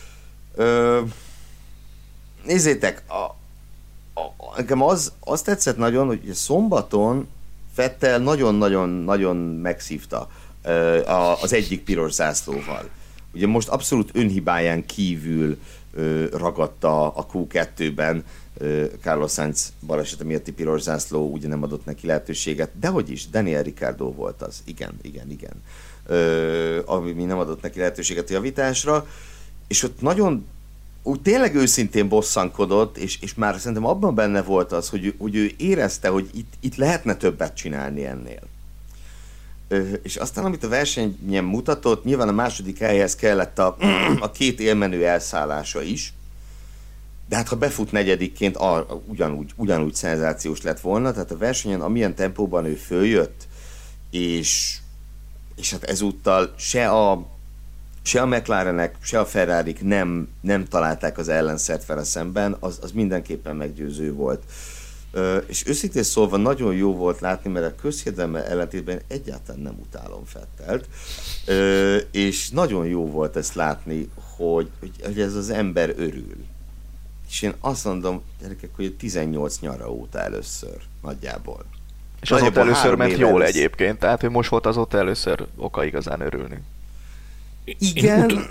Nézzétek, nekem az tetszett nagyon, hogy szombaton Vettel nagyon-nagyon megszívta az egyik piros zászlóval. Ugye most abszolút önhibáján kívül ragadta a Q2-ben Carlos Sainz balesete miatti piros zászló, ugye nem adott neki lehetőséget, de hogy is, Daniel Ricciardo volt az, igen. Ami nem adott neki lehetőséget a javításra, és ott nagyon úgy tényleg őszintén bosszankodott, és már szerintem abban benne volt az, hogy ő érezte, hogy itt lehetne többet csinálni ennél. És aztán, amit a versenyen mutatott, nyilván a második helyhez kellett a két élmenő elszállása is, de hát ha befut negyedikként, ugyanúgy szenzációs lett volna, tehát a versenyen amilyen tempóban ő följött, és hát ezúttal se a McLarenek, se a Ferrarik nem találták az ellenszert vele szemben, az mindenképpen meggyőző volt. És őszintén szólva nagyon jó volt látni, mert a közhiedelemmel ellentétben egyáltalán nem utálom Vettelt, és nagyon jó volt ezt látni, hogy ez az ember örül. És én azt mondom, gyerekek, hogy 18 nyara óta először nagyjából. És azóta először ment jól egyébként, tehát hogy most volt azóta először oka igazán örülni. Igen.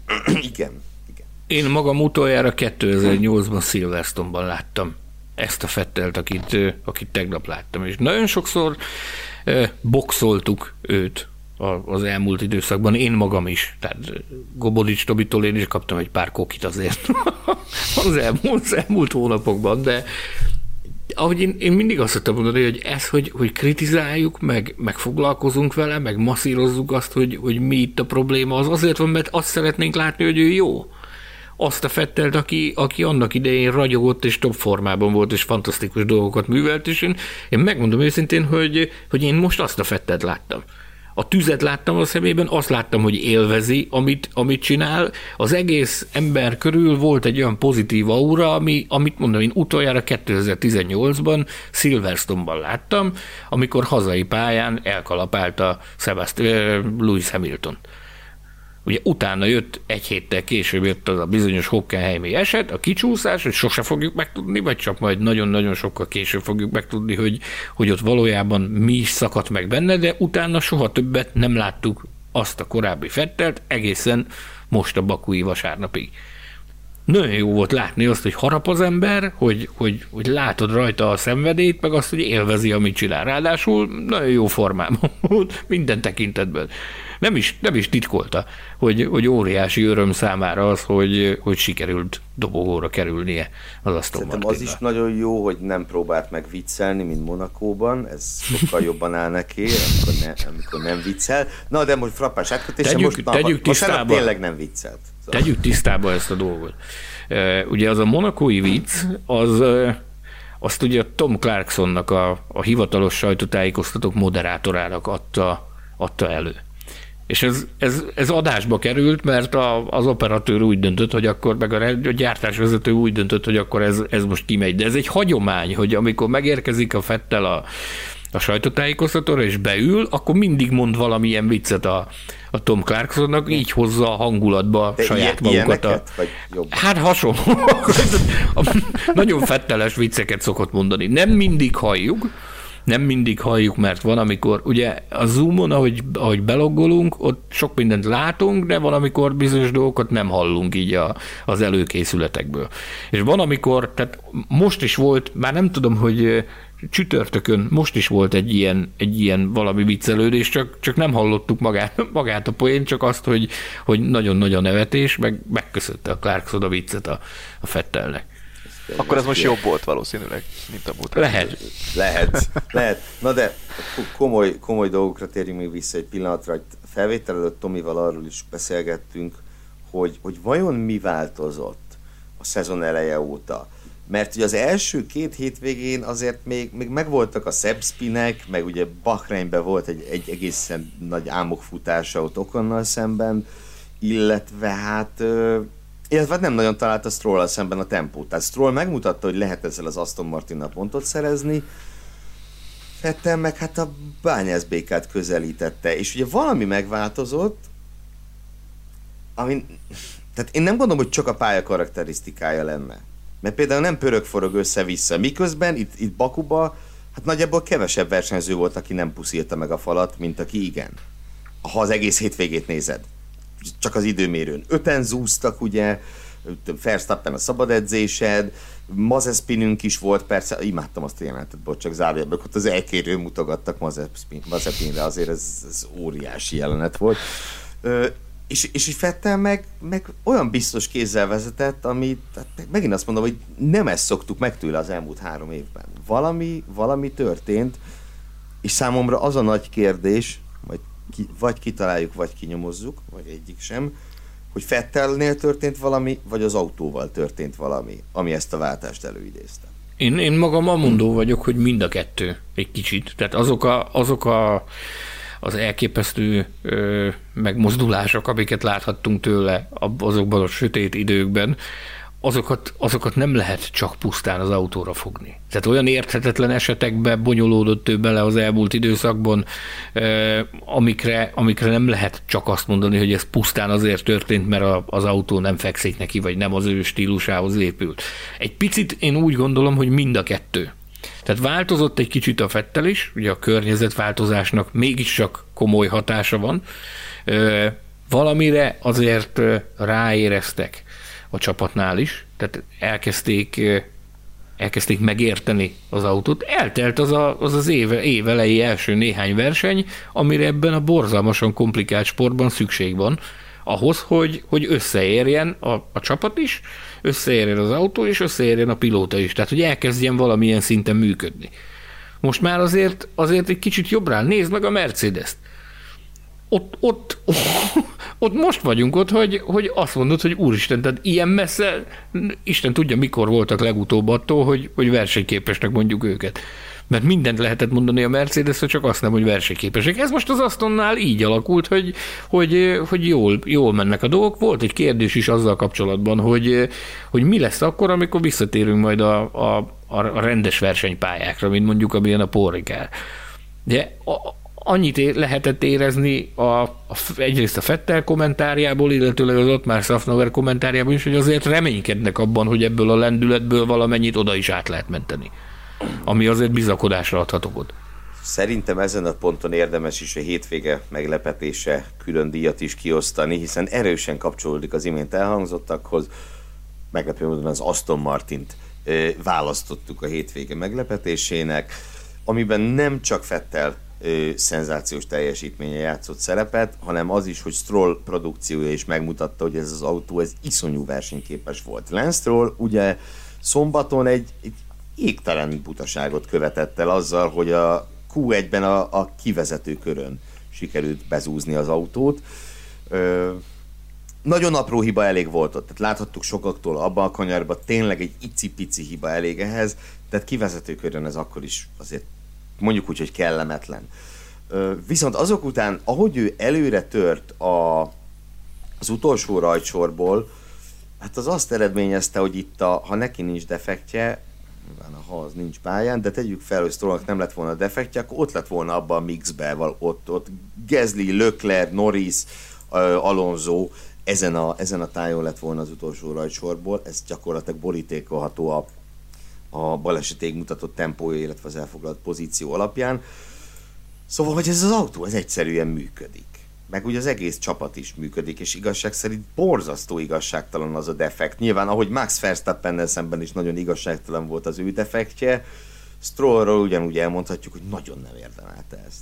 Én magam utoljára 2008-ban Silverstone-ban láttam ezt a Vettelt, akit tegnap láttam, és nagyon sokszor boxoltuk őt az elmúlt időszakban, én magam is, tehát Gobodics Tobitól én is kaptam egy pár kokit azért az elmúlt hónapokban, de ahogy én mindig azt szoktam mondani, hogy ez, hogy kritizáljuk, meg foglalkozunk vele, meg masszírozzuk azt, hogy mi itt a probléma, az azért van, mert azt szeretnénk látni, hogy ő jó. Azt a Vettelt, aki annak idején ragyogott és top formában volt, és fantasztikus dolgokat művelt, és én megmondom őszintén, hogy én most azt a Vettelt láttam. A tüzet láttam a szemében, azt láttam, hogy élvezi, amit csinál. Az egész ember körül volt egy olyan pozitív aura, amit mondom, én utoljára 2018-ban Silverstone-ban láttam, amikor hazai pályán elkalapálta Lewis Hamilton. Ugye utána jött, egy héttel később jött az a bizonyos Hockenheimi eset, a kicsúszás, hogy sose fogjuk megtudni, vagy csak majd nagyon-nagyon sokkal később fogjuk megtudni, hogy ott valójában mi is szakadt meg benne, de utána soha többet nem láttuk azt a korábbi Vettelt, egészen most a bakui vasárnapig. Nagyon jó volt látni azt, hogy harap az ember, hogy látod rajta a szenvedélyt, meg azt, hogy élvezi, amit csinál. Ráadásul nagyon jó formában volt minden tekintetben. Nem is titkolta, hogy óriási öröm számára az, hogy sikerült dobogóra kerülnie az Aston Martinnak. Szerintem az is nagyon jó, hogy nem próbált meg viccelni, mint Monacóban, ez sokkal jobban áll neki, amikor nem viccel. Na, de most frappás átkötése, most tényleg nem viccelt. Szóval. Tegyük tisztába ezt a dolgot. Ugye az a monacói vicc, azt ugye Tom Clarksonnak a hivatalos sajtótájékoztatók moderátorának adta elő. És ez adásba került, mert az operatőr úgy döntött, hogy akkor, meg a gyártásvezető úgy döntött, hogy akkor ez most kimegy. De ez egy hagyomány, hogy amikor megérkezik a Vettel a sajtótájékoztatóra, és beül, akkor mindig mond valamilyen viccet a Tom Clarksonnak, így hozza a hangulatba de saját magukat. Hát hasonló. Nagyon fetteles vicceket szokott mondani. Nem mindig halljuk, mert van, amikor ugye a Zoomon, ahogy beloggolunk, ott sok mindent látunk, de van, amikor bizonyos dolgokat nem hallunk így az előkészületekből. És van, amikor, tehát most is volt, már nem tudom, hogy csütörtökön most is volt egy ilyen valami viccelődés, csak nem hallottuk magát a poént, csak azt, hogy nagyon-nagyon nevetés, meg megköszönte a Clarkson a viccet a Vettelnek. Akkor ez most jobb volt valószínűleg, mint a múlt. Lehet. Na de komoly dolgokra térjünk még vissza egy pillanatra. Egy felvétel előtt Tomival arról is beszélgettünk, hogy vajon mi változott a szezon eleje óta. Mert ugye az első 2 hétvégén azért még megvoltak a szebb spinek, meg ugye Bahreinben volt egy egészen nagy álmokfutása ott Oconnal szemben, illetve nem nagyon találta Stroll-al szemben a tempót. Tehát Stroll megmutatta, hogy lehet ezzel az Aston Martinnal pontot szerezni, Vettel meg hát a bányászbékát közelítette, és ugye valami megváltozott, tehát én nem gondolom, hogy csak a pálya karakterisztikája lenne. Mert például nem pörög-forog össze-vissza, miközben itt Bakuba hát nagyjából kevesebb versenyző volt, aki nem puszilta meg a falat, mint aki igen. Ha az egész hétvégét nézed. Csak az időmérőn. 5-en zúztak, ugye, Verstappen a szabad edzésed, Mazepinünk is volt, persze, imádtam azt a jelenetet, csak zárójelben, ott az elkérőn mutogattak Mazepinre, azért ez óriási jelenet volt. És Vettel meg olyan biztos kézzel vezetett, amit megint azt mondom, hogy nem ezt szoktuk meg tőle az elmúlt 3 évben. Valami történt, és számomra az a nagy kérdés, vagy kitaláljuk, vagy kinyomozzuk, vagy egyik sem, hogy Vettelnél történt valami, vagy az autóval történt valami, ami ezt a váltást előidézte. Én magam amondó vagyok, hogy mind a kettő egy kicsit. Tehát azok az elképesztő megmozdulások, amiket láthattunk tőle azokban a sötét időkben, azokat nem lehet csak pusztán az autóra fogni. Tehát olyan érthetetlen esetekbe bonyolódott ő bele az elmúlt időszakban, amikre nem lehet csak azt mondani, hogy ez pusztán azért történt, mert az autó nem fekszik neki, vagy nem az ő stílusához épült. Egy picit én úgy gondolom, hogy mind a kettő. Tehát változott egy kicsit a Vettel is, ugye a környezetváltozásnak mégiscsak komoly hatása van. Valamire azért ráéreztek a csapatnál is, tehát elkezdték megérteni az autót. Eltelt az év elejé első néhány verseny, amire ebben a borzalmasan komplikált sportban szükség van, ahhoz, hogy összeérjen a csapat is, összeérjen az autó, és összeérjen a pilóta is. Tehát, hogy elkezdjen valamilyen szinten működni. Most már azért egy kicsit jobbra áll. Nézd meg a Mercedes-t. Ott most vagyunk ott, hogy azt mondod, hogy úristen, tehát ilyen messze, Isten tudja, mikor voltak legutóbb attól, hogy versenyképesnek mondjuk őket. Mert mindent lehetett mondani a Mercedesre, csak azt nem, hogy versenyképesek. Ez most az Astonnál így alakult, hogy jól mennek a dolgok. Volt egy kérdés is azzal kapcsolatban, hogy mi lesz akkor, amikor visszatérünk majd a rendes versenypályákra, mint mondjuk amilyen a Paul Ricard. De annyit lehetett érezni egyrészt a Vettel kommentárjából, illetőleg az Ottmar Szafnauer kommentárjából is, hogy azért reménykednek abban, hogy ebből a lendületből valamennyit oda is át lehet menteni. Ami azért bizakodásra adhat okot. Szerintem ezen a ponton érdemes is a hétvége meglepetése külön díjat is kiosztani, hiszen erősen kapcsolódik az imént elhangzottakhoz. Meglepő módon az Aston Martint választottuk a hétvége meglepetésének, amiben nem csak Vettel szenzációs teljesítménye játszott szerepet, hanem az is, hogy Stroll produkciója is megmutatta, hogy ez az autó iszonyú versenyképes volt. Lance Stroll ugye szombaton egy égtelen butaságot követett el azzal, hogy a Q1-ben a kivezető körön sikerült bezúzni az autót. Nagyon apró hiba elég volt ott, tehát láthattuk sokaktól abban a kanyarban, tényleg egy icipici hiba elég ehhez, tehát kivezető körön ez akkor is azért mondjuk úgy, hogy kellemetlen. Viszont azok után, ahogy ő előre tört az utolsó rajtsorból, hát az azt eredményezte, hogy itt ha neki nincs defektje, nyilván a Haas nincs pályán, de tegyük fel, hogy Strollnak nem lett volna a defektje, akkor ott lett volna abban a mixben, ott Gasly, Leclerc, Norris, Alonso, ezen a tájon lett volna az utolsó rajtsorból, ez gyakorlatilag borítékolható a balesetig mutatott tempója, illetve az elfoglalt pozíció alapján. Szóval, hogy ez az autó, ez egyszerűen működik. Meg ugye az egész csapat is működik, és igazság szerint borzasztó igazságtalan az a defekt. Nyilván, ahogy Max Verstappennel szemben is nagyon igazságtalan volt az ő defektje, Strollról ugyanúgy elmondhatjuk, hogy nagyon nem érdemelte ezt.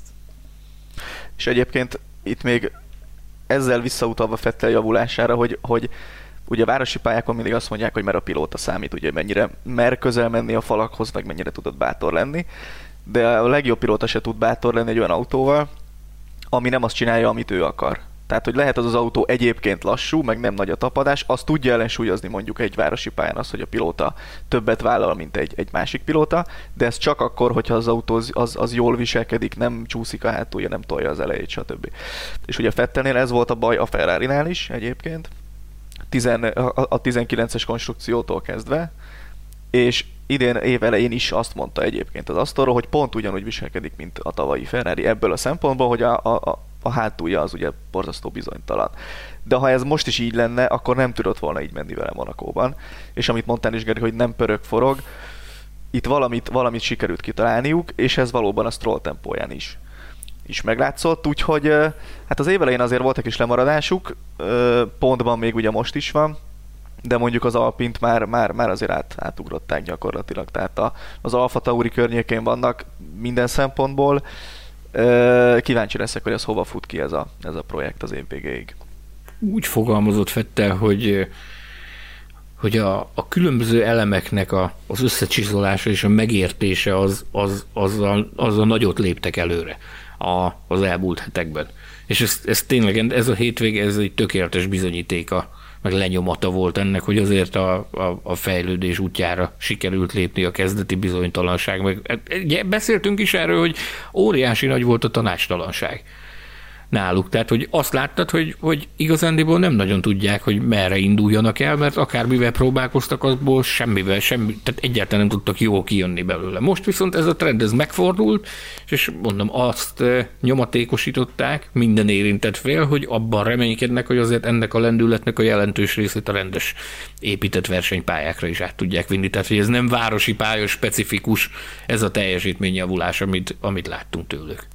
És egyébként itt még ezzel visszautalva Vettel javulására, hogy ugye a városi pályákon mindig azt mondják, hogy mert a pilóta számít, ugye mennyire mer közel menni a falakhoz, meg mennyire tudod bátor lenni, de a legjobb pilóta se tud bátor lenni egy olyan autóval, ami nem azt csinálja, amit ő akar. Tehát, hogy lehet az autó egyébként lassú, meg nem nagy a tapadás, azt tudja ellensúlyozni mondjuk egy városi pályán az, hogy a pilóta többet vállal, mint egy másik pilóta, de ez csak akkor, hogyha az autó az jól viselkedik, nem csúszik a hátulja, nem tolja az elejét, stb. És ugye a Vettelnél ez volt a baj a Ferrarinál is egyébként, a 19-es konstrukciótól kezdve, és idén év elején is azt mondta egyébként az asztalról, hogy pont ugyanúgy viselkedik, mint a tavalyi Ferrari ebből a szempontból, hogy a hátulja az ugye borzasztó bizonytalan. De ha ez most is így lenne, akkor nem tudott volna így menni vele Monacóban. És amit mondtál is, Geri, hogy nem forog, itt valamit sikerült kitalálniuk, és ez valóban a Stroll tempóján is meglátszott, úgyhogy hát az év elején azért voltak is lemaradásuk, pontban még ugye most is van, de mondjuk az Alpint már azért átugrották gyakorlatilag, tehát az Alfa Tauri környékén vannak minden szempontból. Kíváncsi leszek, hogy ez hova fut ki ez a projekt az év végéig. Úgy fogalmazott Vettel, hogy a különböző elemeknek az összecsizolása és a megértése azzal nagyot léptek előre az elmúlt hetekben. És ez tényleg, ez a hétvége, ez egy tökéletes bizonyítéka, meg lenyomata volt ennek, hogy azért a fejlődés útjára sikerült lépni a kezdeti bizonytalanság. Meg beszéltünk is erről, hogy óriási nagy volt a tanácstalanság náluk. Tehát, hogy azt láttad, hogy igazándiból nem nagyon tudják, hogy merre induljanak el, mert akármivel próbálkoztak, azból tehát egyáltalán nem tudtak jól kijönni belőle. Most viszont ez a trend, ez megfordult, és mondom, azt nyomatékosították minden érintett fél, hogy abban reménykednek, hogy azért ennek a lendületnek a jelentős részét a rendes épített versenypályákra is át tudják vinni. Tehát, hogy ez nem városi pálya specifikus, ez a teljesítményjavulás, amit láttunk tőlük.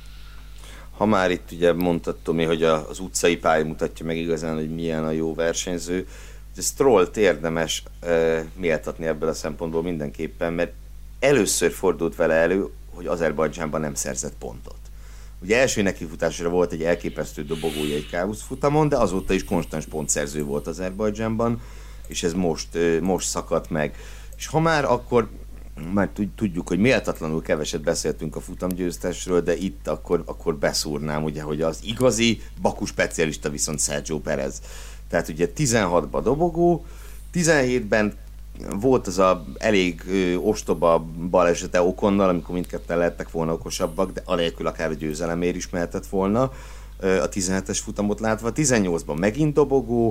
Ha már itt ugye mondtad, Tomi, hogy az utcai pálya mutatja meg igazán, hogy milyen a jó versenyző, hogy Strollt érdemes méltatni ebből a szempontból mindenképpen, mert először fordult vele elő, hogy Azerbajdzsánban nem szerzett pontot. Ugye első nekifutásra volt egy elképesztő dobogója egy K20 futamon, de azóta is konstans pontszerző volt Azerbajdzsánban, és ez most szakadt meg. És ha már akkor már tudjuk, hogy méltatlanul keveset beszéltünk a futamgyőztesről, de itt akkor beszúrnám, ugye, hogy az igazi Baku specialista viszont Sergio Perez. Tehát ugye 16-ban dobogó, 17-ben volt az a elég ostoba balesete Oconnal, amikor mindketten lehettek volna okosabbak, de anélkül akár a győzelemért is mehetett volna a 17-es futamot látva. 18-ban megint dobogó,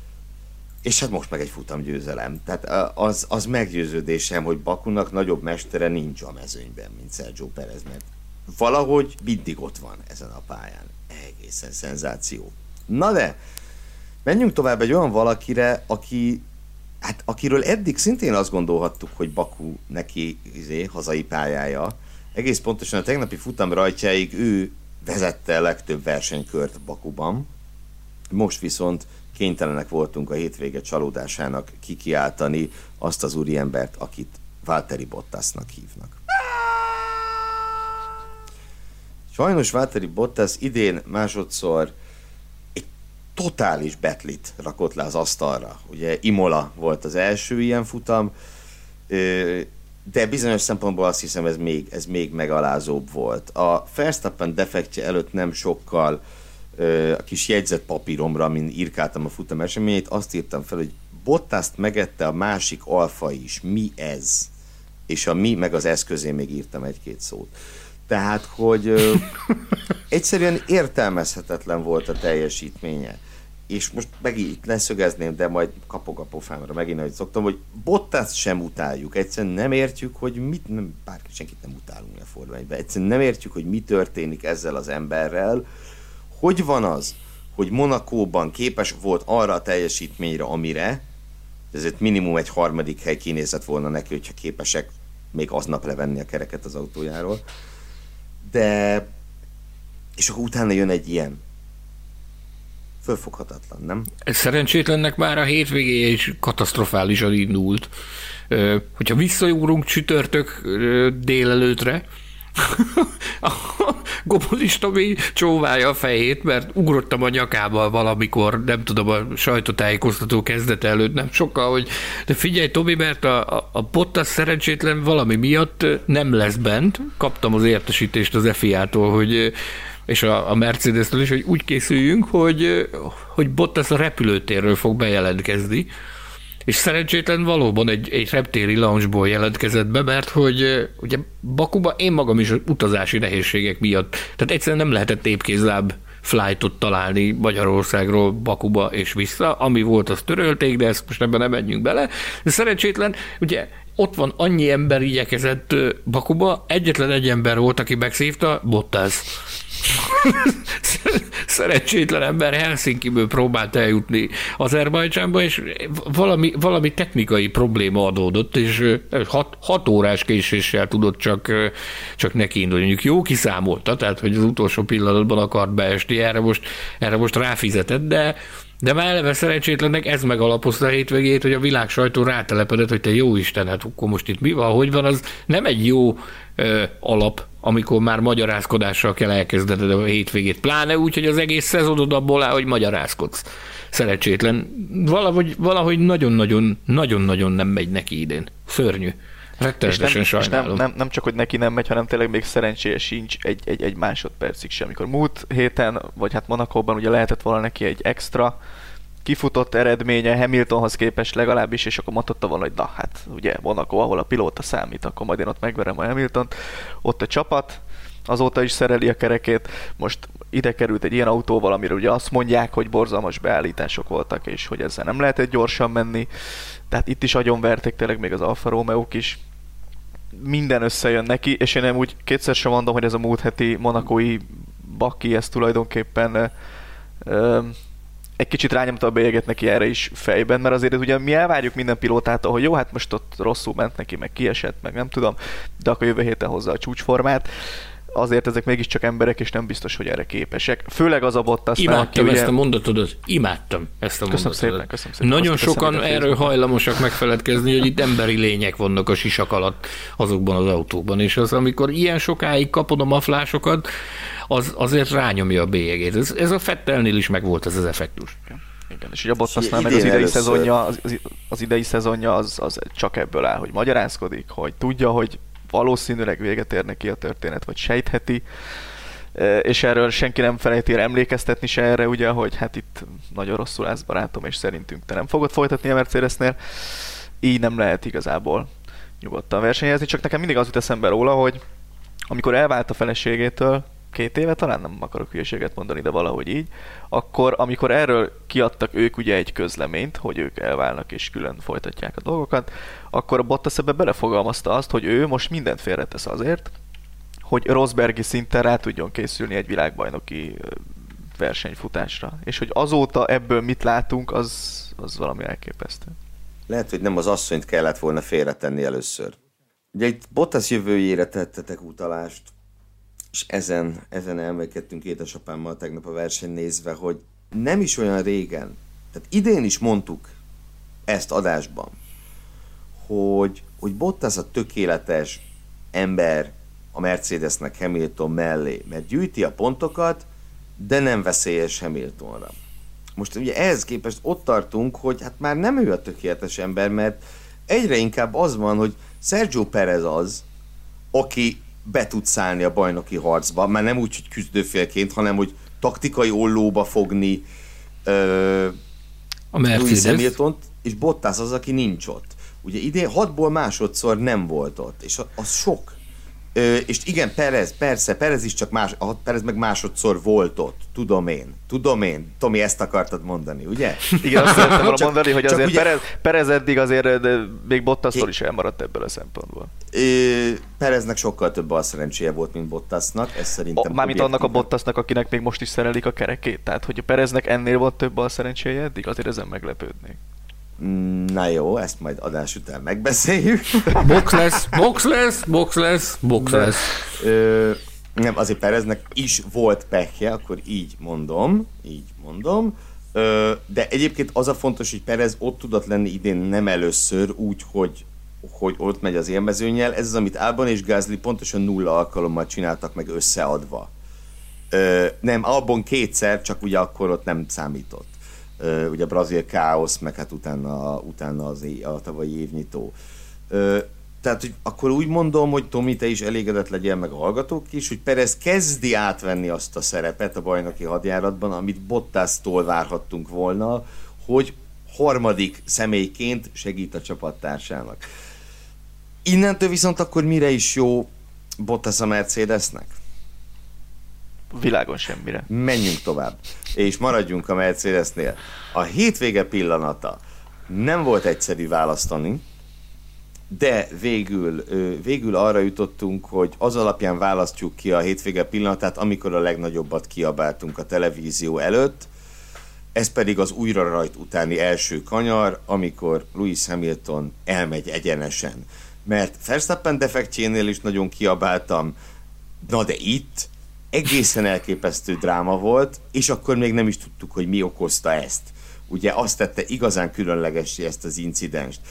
és hát most meg egy futamgyőzelem. Tehát az meggyőződésem, hogy Bakunak nagyobb mestere nincs a mezőnyben, mint Sergio Perez, mert valahogy mindig ott van ezen a pályán. Egészen szenzáció. Na de, menjünk tovább egy olyan valakire, akiről eddig szintén azt gondolhattuk, hogy Baku neki hazai pályája. Egész pontosan a tegnapi futam rajtjáig ő vezette a legtöbb versenykört Bakuban. Most viszont kénytelenek voltunk a hétvége csalódásának kikiáltani azt az úriembert, akit Valtteri Bottasnak hívnak. Sajnos Valtteri Bottas idén másodszor egy totális betlit rakott le az asztalra. Ugye Imola volt az első ilyen futam, de bizonyos szempontból azt hiszem ez még megalázóbb volt. A Verstappen defektje előtt nem sokkal a kis jegyzett papíromra, amin írkáltam a futam eseményét, azt írtam fel, hogy Bottast megette a másik Alfa is. Mi ez? És a mi, meg az ez közé még írtam egy-két szót. Tehát, hogy egyszerűen értelmezhetetlen volt a teljesítménye. és most megint leszögezném, de majd kapok a pofámra megint, ahogy szoktam, hogy Bottas sem utáljuk. Egyszerűen nem értjük, hogy senkit nem utálunk a Forma 1-ben. Egyszerűen nem értjük, hogy mi történik ezzel az emberrel. Hogy van az, hogy Monacóban képes volt arra a teljesítményre, amire, ezért minimum egy harmadik hely kinézett volna neki, hogyha képesek még aznap levenni a kereket az autójáról. De... és akkor utána jön egy ilyen. Fölfoghatatlan, nem? Szerencsétlennek már a hétvégéje is katasztrofálisan indult. Hogyha visszaugrunk csütörtök délelőtre, Gobolis Tomi csóválja a fejét, mert ugrottam a nyakába valamikor, nem tudom, a sajtótájékoztató kezdete előtt, nem sokkal, hogy de figyelj Tomi, mert a Bottas szerencsétlen valami miatt nem lesz bent. Kaptam az értesítést az FIA-tól, hogy és a Mercedes-től is, hogy úgy készüljünk, hogy Bottas a repülőtérről fog bejelentkezni, és szerencsétlen valóban egy reptéri loungeból jelentkezett be, mert hogy ugye Bakuba én magam is utazási nehézségek miatt, tehát egyszerűen nem lehetett épkézláb flightot találni Magyarországról Bakuba és vissza, ami volt, azt törölték, de ezt most ebben nem menjünk bele, de szerencsétlen, ugye ott van annyi ember igyekezett Bakuba, egyetlen egy ember volt, aki megszívta, Bottas. Szerencsétlen ember Helsinkiből próbált eljutni Azerbajdzsánba, és valami technikai probléma adódott, és 6 órás késéssel tudott csak neki indulni. Mondjuk jó kiszámolta, tehát hogy az utolsó pillanatban akart beesni, erre most ráfizetett, de már eleve szerencsétlennek ez megalapozta a hétvégét, hogy a világ sajtó rátelepedett, hogy te jó Isten, hát akkor most itt mi van, hogy van, az nem egy jó alap, amikor már magyarázkodással kell elkezdened a hétvégét. Pláne úgy, hogy az egész szezonod abból áll, hogy magyarázkodsz. Szerencsétlen. Valahogy nagyon-nagyon nem megy neki idén. Szörnyű. Rettenetesen sajnálom. Nem csak, hogy neki nem megy, hanem tényleg még szerencséje sincs egy másodpercig sem. Amikor múlt héten, vagy hát Monacóban ugye lehetett volna neki egy extra kifutott eredménye Hamiltonhoz képest legalábbis, és akkor mondhatta volna, hogy na hát ugye Monaco, ahol a pilóta számít, akkor majd én ott megverem a Hamiltont. Ott a csapat azóta is szereli a kerekét, most ide került egy ilyen autóval, amiről ugye azt mondják, hogy borzalmas beállítások voltak, és hogy ezzel nem lehetett gyorsan menni, tehát itt is agyonverték tényleg még az Alfa Romeók is. Minden összejön neki, és én nem úgy kétszer sem mondom, hogy ez a múlt heti monacói bakki, ez tulajdonképpen egy kicsit rányomta a bélyeget neki erre is fejben, mert azért ugye mi elvárjuk minden pilótától, hogy jó, hát most ott rosszul ment neki, meg kiesett, meg nem tudom, de akkor jövő héten hozza a csúcsformát. Azért ezek mégiscsak emberek, és nem biztos, hogy erre képesek. Főleg az a Bottas. Imádtam ezt a mondatodat. Imádtam ezt a mondatodat. Köszönöm szépen. Nagyon sokan erről hajlamosak megfeledkezni, hogy itt emberi lények vannak a sisak alatt azokban az autóban, és az, amikor ilyen sokáig kapod a maflásokat, az azért rányomja a bélyegét. Ez a Vettelnél is megvolt ez az effektus. Igen, és ugye a Bottasnál meg az idei szezonja az csak ebből áll, hogy magyarázkodik, hogy tudja, hogy valószínűleg véget ér neki a történet, vagy sejtheti, és erről senki nem felejti emlékeztetni se erre, ugye, hogy hát itt nagyon rosszul állsz, barátom, és szerintünk te nem fogod folytatni a Mercedesnél. Így nem lehet igazából nyugodtan versenyezni, csak nekem mindig az jut eszembe róla, hogy amikor elvált a feleségétől, 2 éve, talán nem akarok hülyeséget mondani, de valahogy így, akkor amikor erről kiadtak ők ugye egy közleményt, hogy ők elválnak és külön folytatják a dolgokat, akkor a Bottas ebbe belefogalmazta azt, hogy ő most mindent félretesz azért, hogy Rosbergi szinten rá tudjon készülni egy világbajnoki versenyfutásra. És hogy azóta ebből mit látunk, az valami elképesztő. Lehet, hogy nem az asszonyt kellett volna félretenni először. Ugye itt Bottas jövőjére tettetek utalást, és ezen elmélkedtünk édesapámmal tegnap a verseny nézve, hogy nem is olyan régen, tehát idén is mondtuk ezt adásban, hogy Bottas a tökéletes ember a Mercedesnek Hamilton mellé, mert gyűjti a pontokat, de nem veszélyes Hamiltonra. Most ugye ehhez képest ott tartunk, hogy hát már nem ő a tökéletes ember, mert egyre inkább az van, hogy Sergio Perez az, aki be tud szállni a bajnoki harcba, már nem úgy, hogy küzdőfélként, hanem hogy taktikai ollóba fogni a Mercedes. Lewis Hamiltont, és Bottas az, aki nincs ott. Ugye idén 6-ból másodszor nem volt ott, és az sok. És igen, Perez is csak Perez meg másodszor volt ott, tudom én. Tomi, ezt akartad mondani, ugye? Igen, azt szerettem volna mondani, hogy azért ugye, Perez eddig azért még Bottasztól is elmaradt ebből a szempontból. Pereznek sokkal több balszerencséje volt, mint Bottasnak, ez szerintem... Mármint annak a Bottasnak, akinek még most is szerelik a kerekét, tehát hogy a Pereznek ennél volt több balszerencséje eddig, azért ezen meglepődnék. Na jó, ezt majd adás után megbeszéljük. Box lesz. Nem, azért Pereznek is volt pehje, akkor így mondom. De egyébként az a fontos, hogy Perez ott tudott lenni idén nem először úgy, hogy ott megy az élmezőnnyel. Ez az, amit Albon és Gasly pontosan 0 alkalommal csináltak meg összeadva. Nem, Albon 2-szer, csak ugye akkor ott nem számított. Ugye a brazil káosz, meg hát utána a tavalyi évnyitó. Tehát, hogy akkor úgy mondom, hogy Tomi, te is elégedett legyen, meg a hallgatók is, hogy Perez kezdi átvenni azt a szerepet a bajnoki hadjáratban, amit Bottasztól várhattunk volna, hogy harmadik személyként segít a csapattársának. Innentől viszont akkor mire is jó Bottas a Mercedesnek? Világon semmire. Menjünk tovább, és maradjunk a Mercedesnél. A hétvége pillanata nem volt egyszerű választani, de végül arra jutottunk, hogy az alapján választjuk ki a hétvége pillanatát, amikor a legnagyobbat kiabáltunk a televízió előtt, ez pedig az újrarajt utáni első kanyar, amikor Lewis Hamilton elmegy egyenesen. Mert Verstappen defektjénél is nagyon kiabáltam, na de itt egészen elképesztő dráma volt, és akkor még nem is tudtuk, hogy mi okozta ezt. Ugye azt tette igazán különlegessé ezt az incidenst.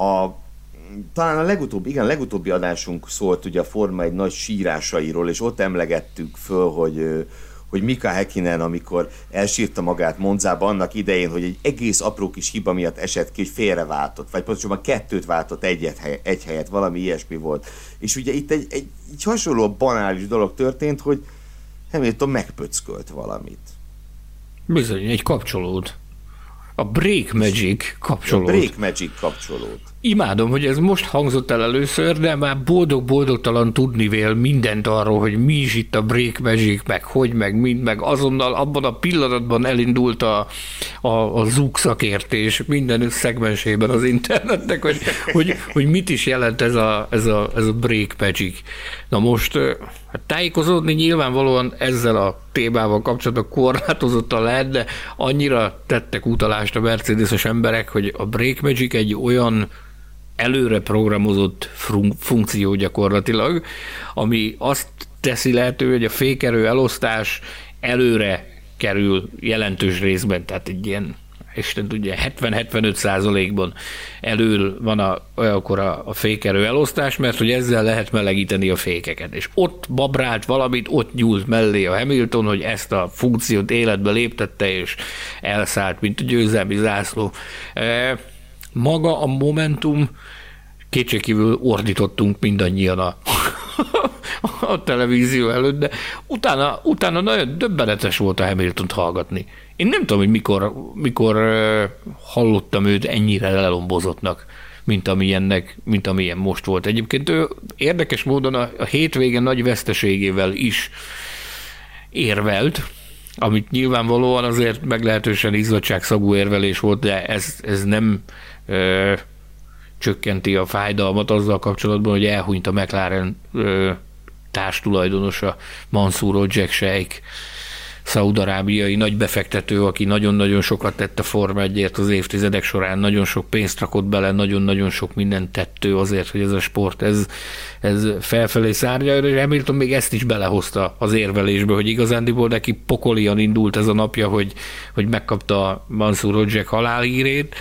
Talán a legutóbbi adásunk szólt ugye a Forma 1 nagy sírásairól, és ott emlegettük föl, hogy Mika Häkkinen, amikor elsírta magát Monzába annak idején, hogy egy egész apró kis hiba miatt esett ki, hogy félreváltott, vagy pontosabban 2 váltott egy helyet, valami ilyesmi volt. És ugye itt egy hasonló banális dolog történt, hogy Hamilton megpöckölt valamit. Bizony, egy kapcsolód. A Brake Magic kapcsolód. Imádom, hogy ez most hangzott el először, de már boldog-boldogtalan tudnivél mindent arról, hogy mi is itt a Brake Magic, meg hogy, meg mind, meg azonnal abban a pillanatban elindult a zúg szakértés minden szegmensében az internetnek, hogy mit is jelent ez a Brake Magic. Na most tájékozódni nyilvánvalóan ezzel a témával kapcsolatban korlátozottan lehet, de annyira tettek utalást a Mercedes-es emberek, hogy a Brake Magic egy olyan előre programozott funkció gyakorlatilag, ami azt teszi lehető, hogy a fékerő elosztás előre kerül jelentős részben, tehát egy ilyen Isten tudja, 70-75%-ban elől van olyankor a fékerő elosztás, mert hogy ezzel lehet melegíteni a fékeket. És ott babrált valamit, ott nyúlt mellé a Hamilton, hogy ezt a funkciót életbe léptette, és elszállt, mint a győzelmi zászló. Maga a momentum, kétségkívül ordítottunk mindannyian a televízió előtt, de utána nagyon döbbenetes volt a Hamiltont hallgatni. Én nem tudom, hogy mikor hallottam őt ennyire lelombozottnak, mint amilyen most volt. Egyébként ő érdekes módon a hétvégen nagy veszteségével is érvelt, amit nyilvánvalóan azért meglehetősen izzadságszagú érvelés volt, de ez nem csökkenti a fájdalmat azzal kapcsolatban, hogy elhunyt a McLaren társtulajdonosa, Mansour Jack Sheikh, szaúd-arábiai nagy befektető, aki nagyon-nagyon sokat tett a Forma 1-ért az évtizedek során, nagyon sok pénzt rakott bele, nagyon-nagyon sok mindent tett ő azért, hogy ez a sport ez felfelé szárnyaljon, és Hamilton még ezt is belehozta az érvelésbe, hogy igazándiból neki pokolian indult ez a napja, hogy megkapta Mansour Jack halálhírét,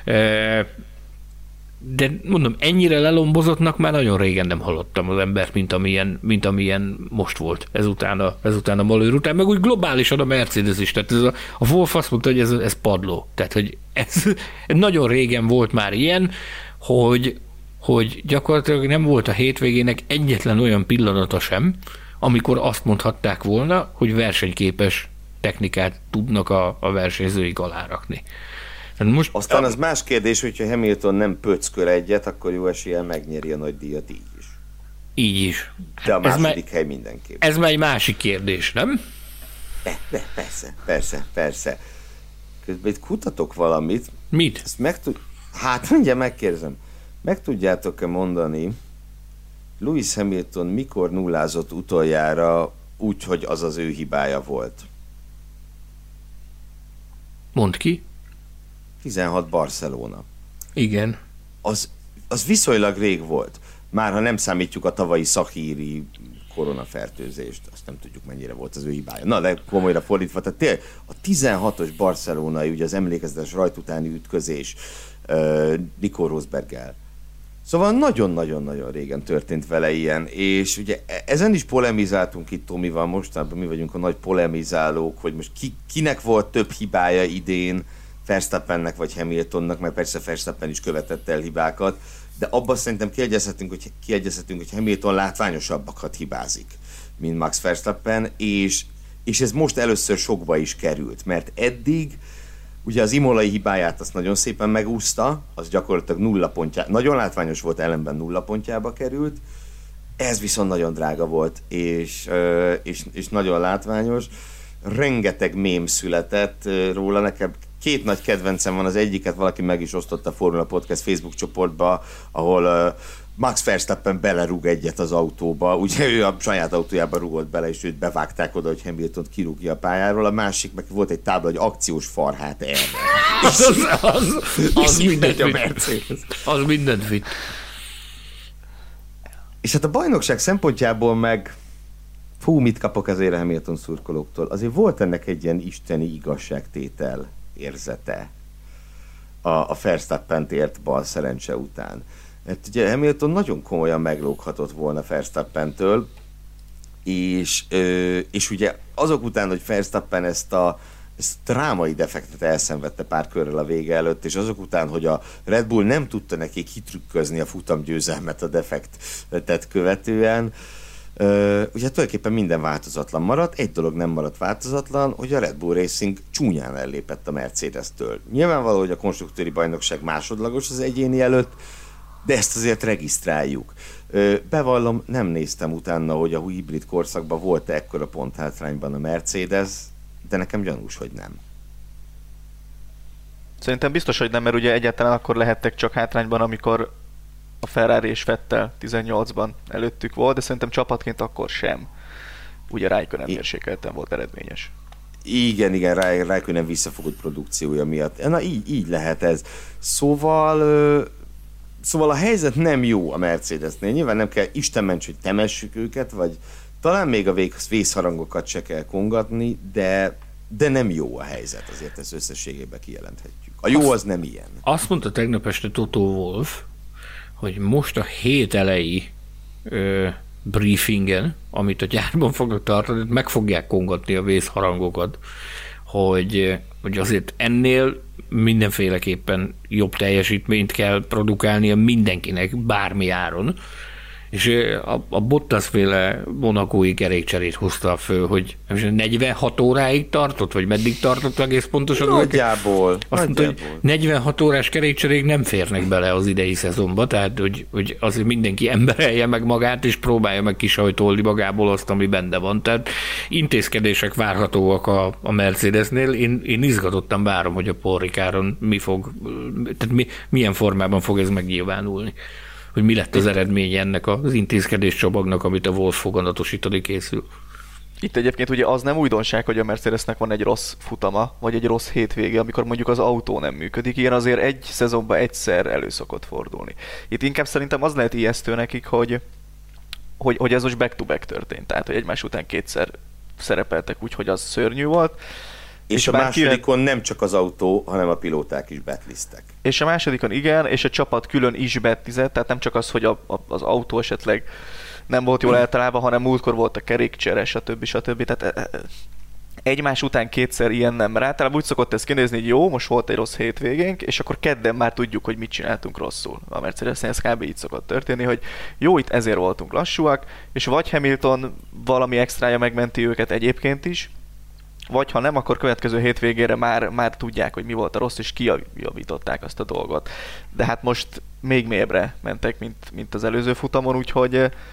de mondom, ennyire lelombozottnak már nagyon régen nem hallottam az embert, mint amilyen most volt ezután a Malőr után, meg úgy globálisan a Mercedes is, tehát a Wolf azt mondta, hogy ez padló, tehát hogy ez nagyon régen volt már ilyen, hogy gyakorlatilag nem volt a hétvégének egyetlen olyan pillanata sem, amikor azt mondhatták volna, hogy versenyképes technikát tudnak a versenyzőik alárakni. Most, aztán az más kérdés, hogyha Hamilton nem pöcköl egyet, akkor jó eséllyel megnyeri a nagy díjat így is. Így is. De a második hely mindenképp. Ez már egy másik kérdés, nem? De persze. Közben itt kutatok valamit. Mit? Ezt hát mindjárt megkérdezem. Meg tudjátok-e mondani, Lewis Hamilton mikor nullázott utoljára úgy, hogy az az ő hibája volt? Mondd ki. 16 Barcelona. Igen. Az viszonylag rég volt. Már ha nem számítjuk a tavalyi szakíri koronafertőzést, azt nem tudjuk, mennyire volt az ő hibája. Na, de komolyra fordítva, tehát tényleg a 16-os barcelonai, ugye az emlékezetes rajt utáni ütközés Nico Rosberggel. Szóval nagyon-nagyon-nagyon régen történt vele ilyen, és ugye ezen is polemizáltunk itt Tomival mostanában, mi vagyunk a nagy polemizálók, hogy most kinek volt több hibája idén, Verstappennek vagy Hamiltonnak, mert persze Verstappen is követett el hibákat, de abban szerintem kiegyezhetünk, hogy Hamilton látványosabbakat hibázik, mint Max Verstappen, és ez most először sokba is került, mert eddig ugye az imolai hibáját azt nagyon szépen megúszta, az gyakorlatilag 0 pontjába, nagyon látványos volt, ellenben 0 pontjába került, ez viszont nagyon drága volt, és nagyon látványos. Rengeteg mém született róla, nekem 2 nagy kedvencem van, az egyiket valaki meg is osztotta a Formula Podcast Facebook csoportba, ahol Max Verstappen belerúg egyet az autóba, ugye ő a saját autójába rúgott bele, és őt bevágták oda, hogy Hamiltont kirúgja a pályáról, a másik meg volt egy tábla, hogy akciós farhát erre. Az mindent vitt. Az mindent vitt. És hát a bajnokság szempontjából meg mit kapok azért a Hamilton szurkolóktól? Azért volt ennek egy ilyen isteni igazságtétel érzete a Verstappent ért bal szerencse után. Mert ugye Hamilton nagyon komolyan meglóghatott volna Verstappentől, és ugye azok után, hogy Verstappen ezt drámai defektet elszenvedte pár körrel a vége előtt, és azok után, hogy a Red Bull nem tudta neki kitrükközni a futamgyőzelmet a defektet követően, ugye tulajdonképpen minden változatlan maradt, egy dolog nem maradt változatlan, hogy a Red Bull Racing csúnyán ellépett a Mercedes-től. Nyilvánvaló, hogy a konstruktőri bajnokság másodlagos az egyéni előtt, de ezt azért regisztráljuk. Bevallom, nem néztem utána, hogy a hibrid korszakban volt-e ekkora ponthátrányban a Mercedes, de nekem gyanús, hogy nem. Szerintem biztos, hogy nem, mert ugye egyáltalán akkor lehettek csak hátrányban, amikor a Ferrari és Vettel 18-ban előttük volt, de szerintem csapatként akkor sem. Ugye Raikkonen mérsékelten volt eredményes. Igen, Raikkonen visszafogott produkciója miatt. Na így lehet ez. Szóval a helyzet nem jó a Mercedesnél. Nyilván nem kell, Isten ments, hogy temessük őket, vagy talán még a vészharangokat se kell kongatni, de nem jó a helyzet, azért ezt összességében kijelenthetjük. A jó az nem ilyen. Azt mondta tegnap este Toto Wolff, hogy most a hét elejé briefingen, amit a gyárban fognak tartani, meg fogják kongatni a vészharangokat, hogy azért ennél mindenféleképpen jobb teljesítményt kell produkálnia mindenkinek, bármi áron. És a Bottas-féle monakói kerékcserét hozta föl, hogy 46 óráig tartott, vagy meddig tartott egész pontosan? Nagyjából. Azt mondta, hogy 46 órás kerékcserék nem férnek bele az idei szezonba, tehát hogy azért mindenki emberelje meg magát, és próbálja meg kisajtolni magából azt, ami benne van. Tehát intézkedések várhatóak a Mercedesnél. Én izgatottan várom, hogy a Paul Ricardon milyen formában fog ez megnyilvánulni. Hogy mi lett az eredménye ennek az intézkedés csomagnak, amit a Wolff foganatosítani készül. Itt egyébként ugye az nem újdonság, hogy a Mercedesnek van egy rossz futama, vagy egy rossz hétvége, amikor mondjuk az autó nem működik. Ilyen azért egy szezonban egyszer elő szokott fordulni. Itt inkább szerintem az lehet ijesztő nekik, hogy ez most back-to-back történt. Tehát, hogy egymás után kétszer szerepeltek úgy, hogy az szörnyű volt. És a másodikon nem csak az autó, hanem a pilóták is betliztek. És a másodikon igen, és a csapat külön is betlizett, tehát nem csak az, hogy az autó esetleg nem volt jól eltalálva, hanem múltkor volt a kerékcsere, stb. Tehát egymás után kétszer ilyen nem. Mert általában úgy szokott ez kinézni, hogy jó, most volt egy rossz hétvégénk, és akkor kedden már tudjuk, hogy mit csináltunk rosszul. A Mercedesnél ez kb. Így szokott történni, hogy jó, itt ezért voltunk lassúak, és vagy Hamilton valami extrája megmenti őket egyébként is, vagy ha nem, akkor következő hétvégére már tudják, hogy mi volt a rossz, és kijavították azt a dolgot. De hát most még mélyebbre mentek, mint az előző futamon, úgyhogy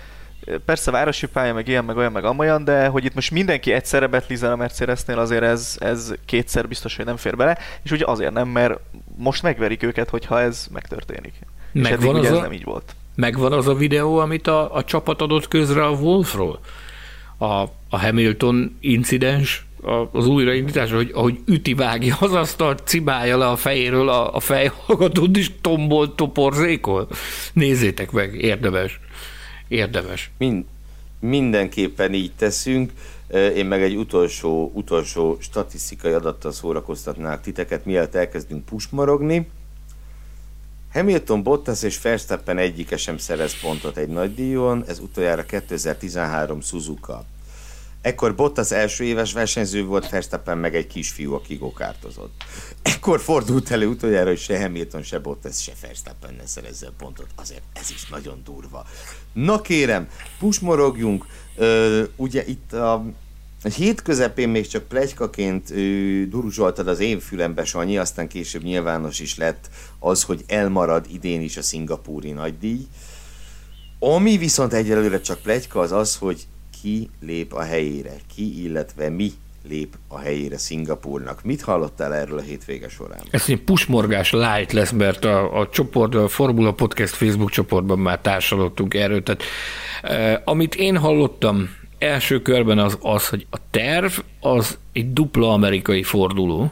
persze városi pálya, meg ilyen, meg olyan, meg amolyan, de hogy itt most mindenki egyszerre betlizel a Mercedesnél, azért ez kétszer biztos, hogy nem fér bele, és ugye azért nem, mert most megverik őket, hogyha ez megtörténik. És eddig ugye ez nem így volt. Megvan az a videó, amit a csapat adott közre a Wolfról? A Hamilton incidens, az újraindítás, ahogy üti-vágja az asztalt, cibálja le a fejéről a fejhallgatót, és tombol, toporzékol. Nézzétek meg, érdemes. Mindenképpen így teszünk. Én meg egy utolsó statisztikai adattal szórakoztatnák titeket, mielőtt elkezdünk pusmarogni. Hamilton, Bottas és Verstappen egyike sem szerez pontot egy nagydíjon, ez utoljára 2013 Suzuka. Ekkor Bottas első éves versenyző volt, Verstappen meg egy kisfiú, aki gokártozott. Ekkor fordult elő utoljára, hogy se Hamilton, se Bottas, se Verstappen ne szerezzen pontot. Azért ez is nagyon durva. Na kérem, pusmorogjunk. Ugye itt a hét közepén még csak pletykaként duruzsoltad az én fülembe, Sanyi, aztán később nyilvános is lett az, hogy elmarad idén is a szingapúri nagydíj. Ami viszont egyelőre csak pletyka az, hogy ki lép a helyére, illetve mi lép a helyére Szingapúrnak. Mit hallottál erről a hétvége során? Ez egy pusmorgás light lesz, mert a Formula Podcast Facebook csoportban már társalogtunk erről. Tehát, amit én hallottam első körben az, hogy a terv az egy dupla amerikai forduló.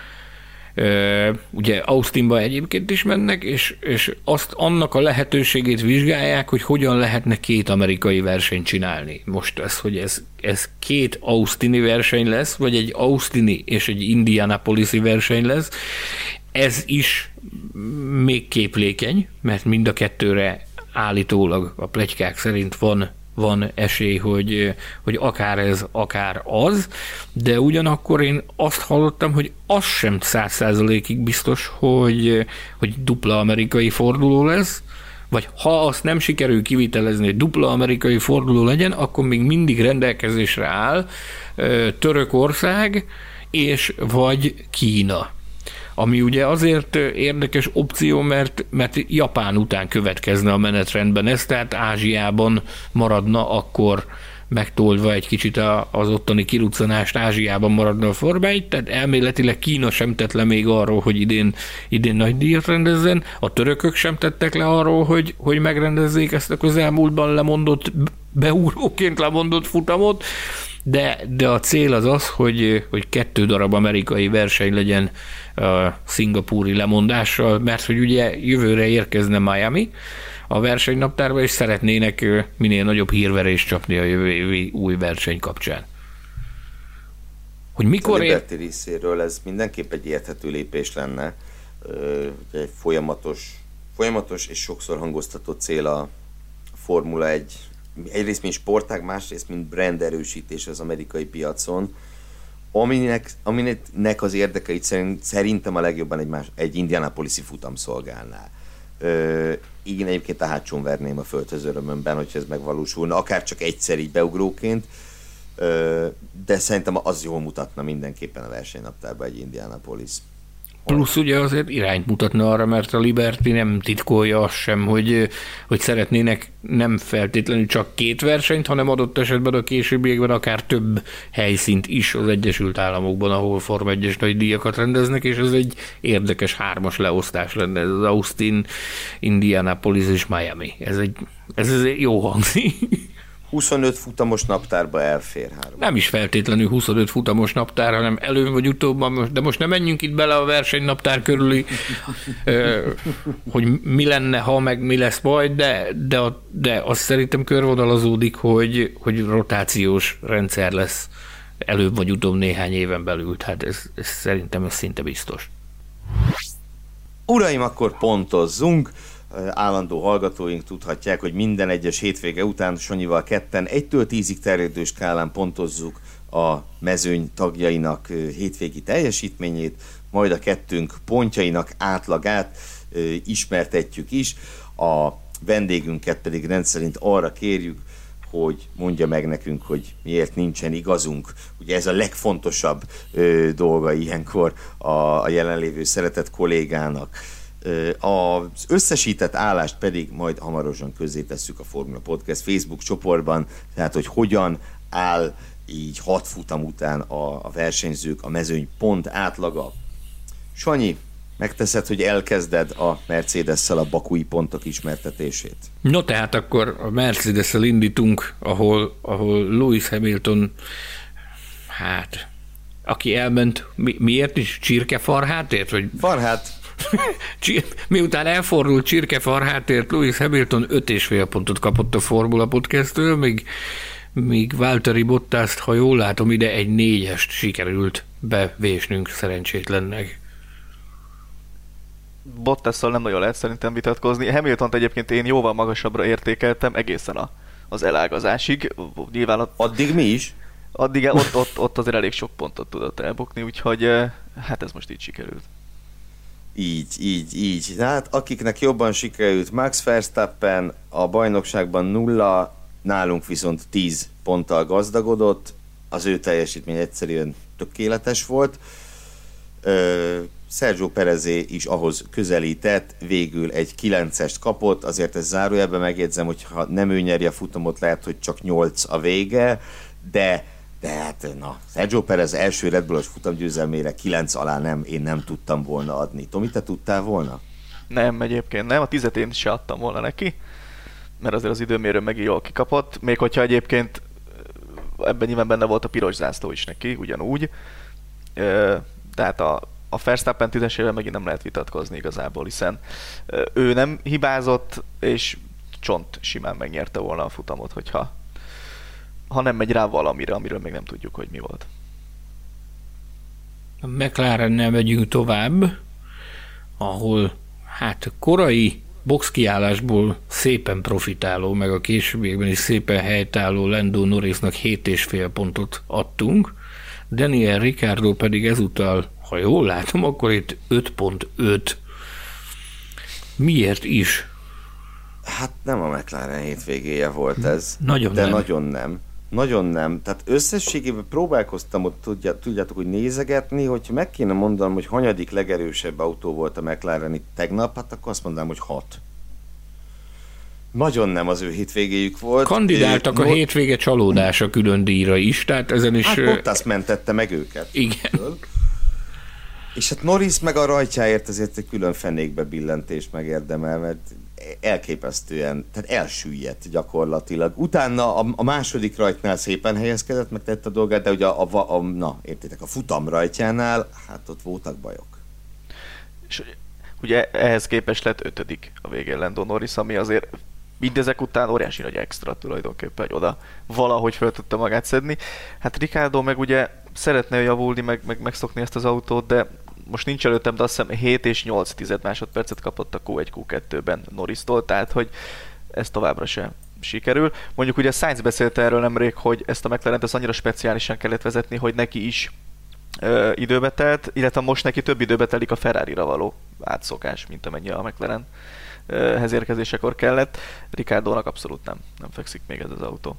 Ugye Austinba egyébként is mennek, és annak a lehetőségét vizsgálják, hogy hogyan lehetne két amerikai versenyt csinálni. Most ez két austini verseny lesz, vagy egy austini és egy indianapolisi verseny lesz. Ez is még képlékeny, mert mind a kettőre állítólag a pletykák szerint van esély, hogy akár ez, akár az, de ugyanakkor én azt hallottam, hogy az sem 100%-ig biztos, hogy dupla amerikai forduló lesz, vagy ha azt nem sikerül kivitelezni, hogy dupla amerikai forduló legyen, akkor még mindig rendelkezésre áll Törökország és vagy Kína. Ami ugye azért érdekes opció, mert Japán után következne a menetrendben ez, tehát Ázsiában maradna akkor megtoldva egy kicsit az ottani kiruccanást, Ázsiában maradna a Forma 1, tehát elméletileg Kína sem tett le még arról, hogy idén nagy díjat rendezzen, a törökök sem tettek le arról, hogy megrendezzék ezt a közelmúltban beugróként lemondott futamot, de a cél az, hogy 2 darab amerikai verseny legyen a szingapúri lemondással, mert hogy ugye jövőre érkezne Miami a versenynaptárba, és szeretnének minél nagyobb hírverést csapni a jövő évi új verseny kapcsán. Hogy mikor a Liberty részéről ez mindenképp egy érthető lépés lenne. Egy folyamatos és sokszor hangoztatott cél a Formula 1. Egyrészt mint sportág, másrészt mint brand erősítés az amerikai piacon, aminek az érdekeit szerintem a legjobban egy indianapolisi futam szolgálná. Igen, egyébként a hátsón verném a földhöz örömömben, hogyha ez megvalósulna, akár csak egyszer így beugróként, de szerintem az jól mutatna mindenképpen a versenynaptárban egy Indianapolis. Plusz ugye azért irányt mutatna arra, mert a Liberty nem titkolja azt sem, hogy szeretnének nem feltétlenül csak 2 versenyt, hanem adott esetben a későbbiekben akár több helyszínt is az Egyesült Államokban, ahol Forma 1-es nagy díjakat rendeznek, és ez egy érdekes 3-as leosztás lenne, ez az Austin, Indianapolis és Miami. Ez jó hangzik. 25 futamos naptárba elfér 3. Nem is feltétlenül 25 futamos naptár, hanem előbb vagy utóbb, de most nem menjünk itt bele a versenynaptár körüli, hogy mi lenne, ha meg mi lesz majd, de azt szerintem körvonalazódik, hogy rotációs rendszer lesz előbb vagy utóbb néhány éven belül. Hát ez szerintem ez szinte biztos. Uraim, akkor pontozzunk. Állandó hallgatóink tudhatják, hogy minden egyes hétvége után Sanyival ketten 1-től 10-ig terjedő skálán pontozzuk a mezőny tagjainak hétvégi teljesítményét, majd a kettőnk pontjainak átlagát ismertetjük is. A vendégünket pedig rendszerint arra kérjük, hogy mondja meg nekünk, hogy miért nincsen igazunk. Ugye ez a legfontosabb dolga ilyenkor a jelenlévő szeretett kollégának. Az összesített állást pedig majd hamarosan közzétesszük a Formula Podcast Facebook csoportban, tehát hogy hogyan áll így 6 futam után a versenyzők, a mezőny pont átlaga. Sanyi, megteszed, hogy elkezded a Mercedes-szel a bakui pontok ismertetését? No, tehát akkor a Mercedes-szel indítunk, ahol Lewis Hamilton, hát, aki elment, miért is? Csirkefarhátért? Vagy? Farhát. Miután elfordult csirkefarhátért, Lewis Hamilton 5,5 pontot kapott a Formula Podcast-től, míg Valtteri Bottast, ha jól látom, ide egy 4-est sikerült bevésnünk szerencsétlennek. Bottasszal nem nagyon lehet szerintem vitatkozni. Hamiltont egyébként én jóval magasabbra értékeltem egészen az elágazásig. Nyilván addig mi is? Addig ott azért elég sok pontot tudott elbukni, úgyhogy hát ez most így sikerült. Így. Hát akiknek jobban sikerült, Max Verstappen a bajnokságban 0, nálunk viszont 10 ponttal gazdagodott, az ő teljesítmény egyszerűen tökéletes volt. Sergio Perezé is ahhoz közelített, végül egy 9-est kapott, azért ezt zárójelben megjegyzem, hogy ha nem ő nyeri a futamot, lehet, hogy csak 8 a vége, de hát na, Sergio Perez első Red Bullos futamgyőzelmére 9 alá én nem tudtam volna adni. Tomi, te tudtál volna? Nem, egyébként nem, a 10-et én se adtam volna neki, mert azért az időmérő megint jól kikapott, még hogyha egyébként ebben nyilván benne volt a piros zászló is neki, ugyanúgy, tehát a Verstappen 10-esével megint nem lehet vitatkozni igazából, hiszen ő nem hibázott, és csont simán megnyerte volna a futamot, hogyha nem megy rá valamire, amiről még nem tudjuk, hogy mi volt. A McLarennel megyünk tovább, ahol hát korai boxkiállásból szépen profitáló, meg a későbbiekben is szépen helytálló Lando Norrisnak 7,5 pontot adtunk, Daniel Ricciardo pedig ezúttal, ha jól látom, akkor itt 5,5. Miért is? Hát nem a McLaren hétvégéje volt ez. Nagyon nem. Tehát összességében próbálkoztam ott, tudjátok, hogy nézegetni, hogyha meg kéne mondanom, hogy hanyadik legerősebb autó volt a McLaren itt tegnap, hát akkor azt mondanám, hogy 6. Nagyon nem az ő hétvégéjük volt. Kandidáltak a hétvége csalódása külön díjra is, tehát ezen is... Hát Bottas mentette meg őket. Igen. És hát Norris meg a rajtjáért azért egy külön fenékbe billentést megérdemel, mert elképesztően, tehát elsüllyedt gyakorlatilag. Utána a második rajtnál szépen helyezkedett, meg tett a dolgát, de ugye értitek, a futam rajtjánál, hát ott voltak bajok. És ugye ehhez képest lett 5. a végén Lando Norris, ami azért mindezek után óriási nagy extra tulajdonképpen, hogy oda valahogy fel tudta magát szedni. Hát Ricciardo meg ugye szeretne javulni, meg megszokni ezt az autót, de most nincs előttem, de azt hiszem 7 és 8 másodpercet kapott a Q1, Q2-ben Norristól, tehát hogy ez továbbra sem sikerül. Mondjuk ugye Sainz beszélt erről nemrég, hogy ezt a McLarent ezt annyira speciálisan kellett vezetni, hogy neki is időbe telt, illetve most neki több időbe telik a Ferrarira való átszokás, mint amennyi a McLarenhez érkezésekor kellett. Ricciardónak abszolút nem fekszik még ez az autó.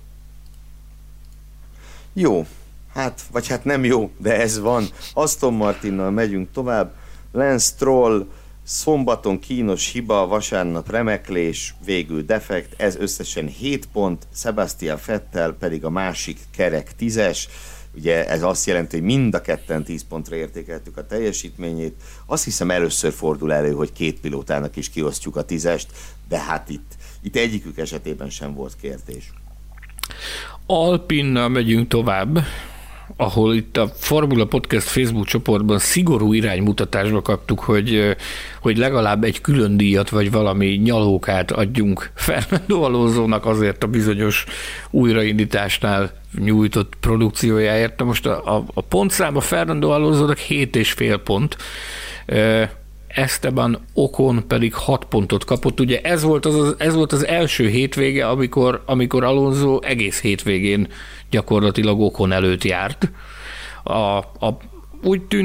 Jó. Hát nem jó, de ez van. Aston Martinnal megyünk tovább. Lance Stroll szombaton kínos hiba, vasárnap remeklés, végül defekt, ez összesen 7 pont, Sebastian Vettel pedig a másik kerek 10-es. Ugye ez azt jelenti, hogy mind a ketten 10 pontra értékeltük a teljesítményét. Azt hiszem először fordul elő, hogy 2 pilótának is kiosztjuk a 10-est, de hát itt egyikük esetében sem volt kérdés. Alpinnal megyünk tovább, ahol itt a Formula Podcast Facebook csoportban szigorú iránymutatásba kaptuk, hogy legalább egy külön díjat, vagy valami nyalókát adjunk Fernando Alonsónak azért a bizonyos újraindításnál nyújtott produkciójáért. Na most a pontszám a Fernando Alonsónak 7,5 pont, Esteban Ocon pedig 6 pontot kapott. Ugye ez volt az első hétvége, amikor Alonso egész hétvégén gyakorlatilag Ocon előtt járt. Úgy tűnt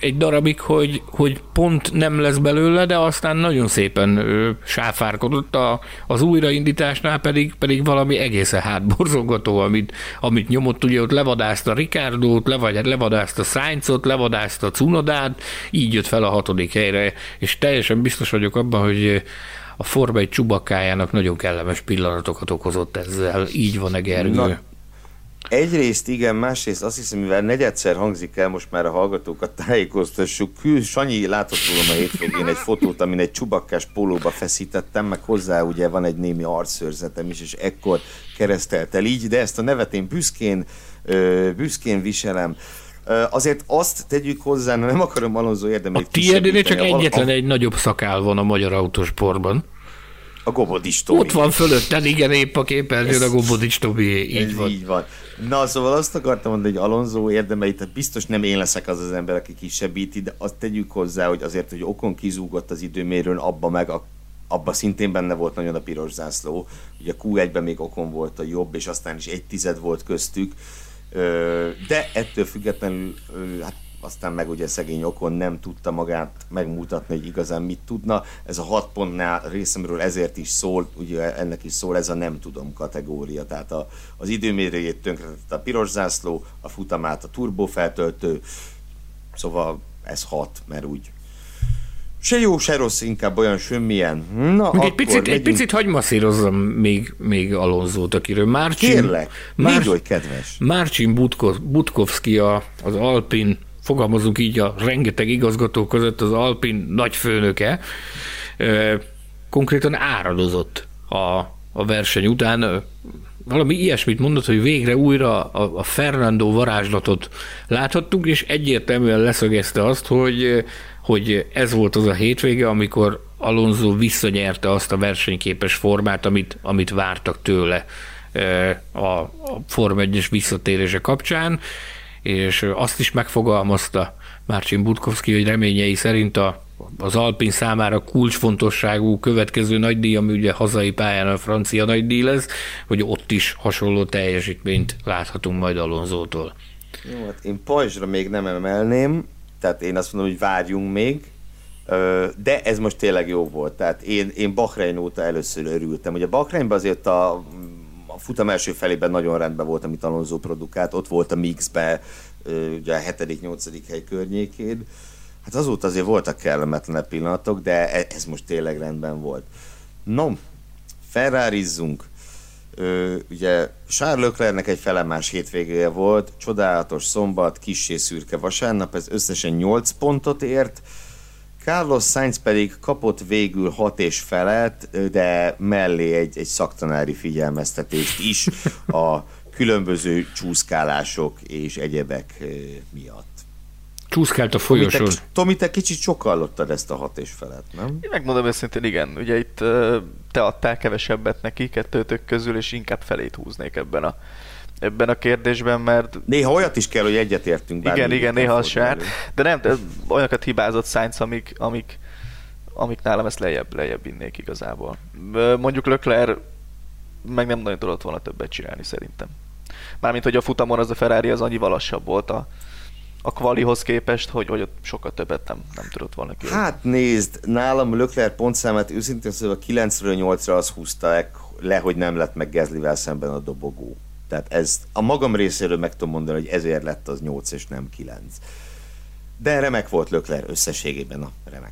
egy darabig, hogy pont nem lesz belőle, de aztán nagyon szépen sáfárkodott, az újraindításnál pedig valami egészen hátborzongató, amit nyomott, ugye ott levadázta Ricardót, levadázta Sainzot, levadázta Cunodát, így jött fel a 6. helyre, és teljesen biztos vagyok abban, hogy a Forma 1 Csubakkájának nagyon kellemes pillanatokat okozott ezzel. Így van-e, Gergő? Na, egyrészt igen, másrészt azt hiszem, mivel negyedszer hangzik el, most már a hallgatókat tájékoztassuk. Sanyi látott rólam a hétvégén egy fotót, amin egy csubakkás pólóba feszítettem, meg hozzá ugye van egy némi arcszőrzetem is, és ekkor keresztelt el így, de ezt a nevet én büszkén viselem. Azért azt tegyük hozzá, nem akarom Alonso érdemét kisebbíteni. A tiédnél csak egyetlen egy nagyobb szakál van a magyar autósportban. A Gobodics Tomi. Ott van fölötted, igen, épp a képernyőn a Gobodics Tomi, így van. Na, szóval azt akartam mondani, hogy Alonso érdemeit, tehát biztos nem én leszek az ember, aki kisebbíti, de azt tegyük hozzá, hogy azért, hogy Ocon kizúgott az időmérőn, abba szintén benne volt nagyon a piros zászló. Ugye a Q1-ben még Ocon volt a jobb, és aztán is 1/10 volt köztük. De ettől függetlenül hát aztán meg ugye szegény Ocon nem tudta magát megmutatni, hogy igazán mit tudna. Ez a 6 pontnál részemről ezért is szól, ugye ennek is szól, ez a nem tudom kategória. Tehát az időmérőjét tönkretette a piros zászló, a futamát a turbófeltöltő, szóval ez 6, mert úgy se jó, se rossz, inkább olyan semmilyen. Na, egy picit hagy masszírozzam még Alonsót, akiről Kérlek, légy oly kedves. Marcin Budkowski az Alpin, fogalmazunk így a rengeteg igazgató között, az Alpin nagyfőnöke, konkrétan áradozott a verseny után. Valami ilyesmit mondott, hogy végre újra a Fernando varázslatot láthattunk, és egyértelműen leszögezte azt, hogy ez volt az a hétvége, amikor Alonso visszanyerte azt a versenyképes formát, amit vártak tőle a Forma 1-es visszatérése kapcsán, és azt is megfogalmazta Marcin Budkowski, hogy reményei szerint az Alpin számára kulcsfontosságú következő nagydíj, ami ugye hazai pályán a francia nagydíj lesz, hogy ott is hasonló teljesítményt láthatunk majd Alonsótól. Jó, hát én pajzsra még nem emelném, tehát én azt mondom, hogy várjunk még, de ez most tényleg jó volt. Tehát én Bahrein óta először örültem. Ugye Bahreinben azért a futam első felében nagyon rendben volt, amit Alonso produkált, ott volt a mixbe, ugye a 7.-8. hely környékén. Hát azóta azért voltak kellemetlenebb pillanatok, de ez most tényleg rendben volt. No, Ferrarizzunk. Ugye Charles Leclercnek egy felemás hétvégéje volt, csodálatos szombat, kissé szürke vasárnap, ez összesen 8 pontot ért, Carlos Sainz pedig kapott végül 6 és felet, de mellé egy szaktanári figyelmeztetést is a különböző csúszkálások és egyebek miatt. Csúszkált a folyosón. Tomi, te kicsit sokallottad ezt a 6 és felet, nem? Én megmondom őszintén, igen. Ugye itt te adtál kevesebbet neki kettőtök közül, és inkább felét húznék ebben a kérdésben, mert... Néha olyat is kell, hogy egyetértünk. Igen, néha az se. De nem, olyanokat hibázott Sainz, amik nálam ezt lejjebb vinnék igazából. Mondjuk Leclerc meg nem nagyon tudott volna többet csinálni szerintem. Mármint, hogy a futamon az a Ferrari az annyival lassabb volt a kvalihoz képest, hogy ott sokkal többet nem tudott volna ki. Hát nézd, nálam Leclerc pontszámát őszintén szóval 9-ről 8-ra azt húzta le, hogy nem lett meg Gaslyvel szemben a dobogó. Tehát ez a magam részéről meg tudom mondani, hogy ezért lett az 8 és nem 9. De remek volt Leclerc összességében, remek.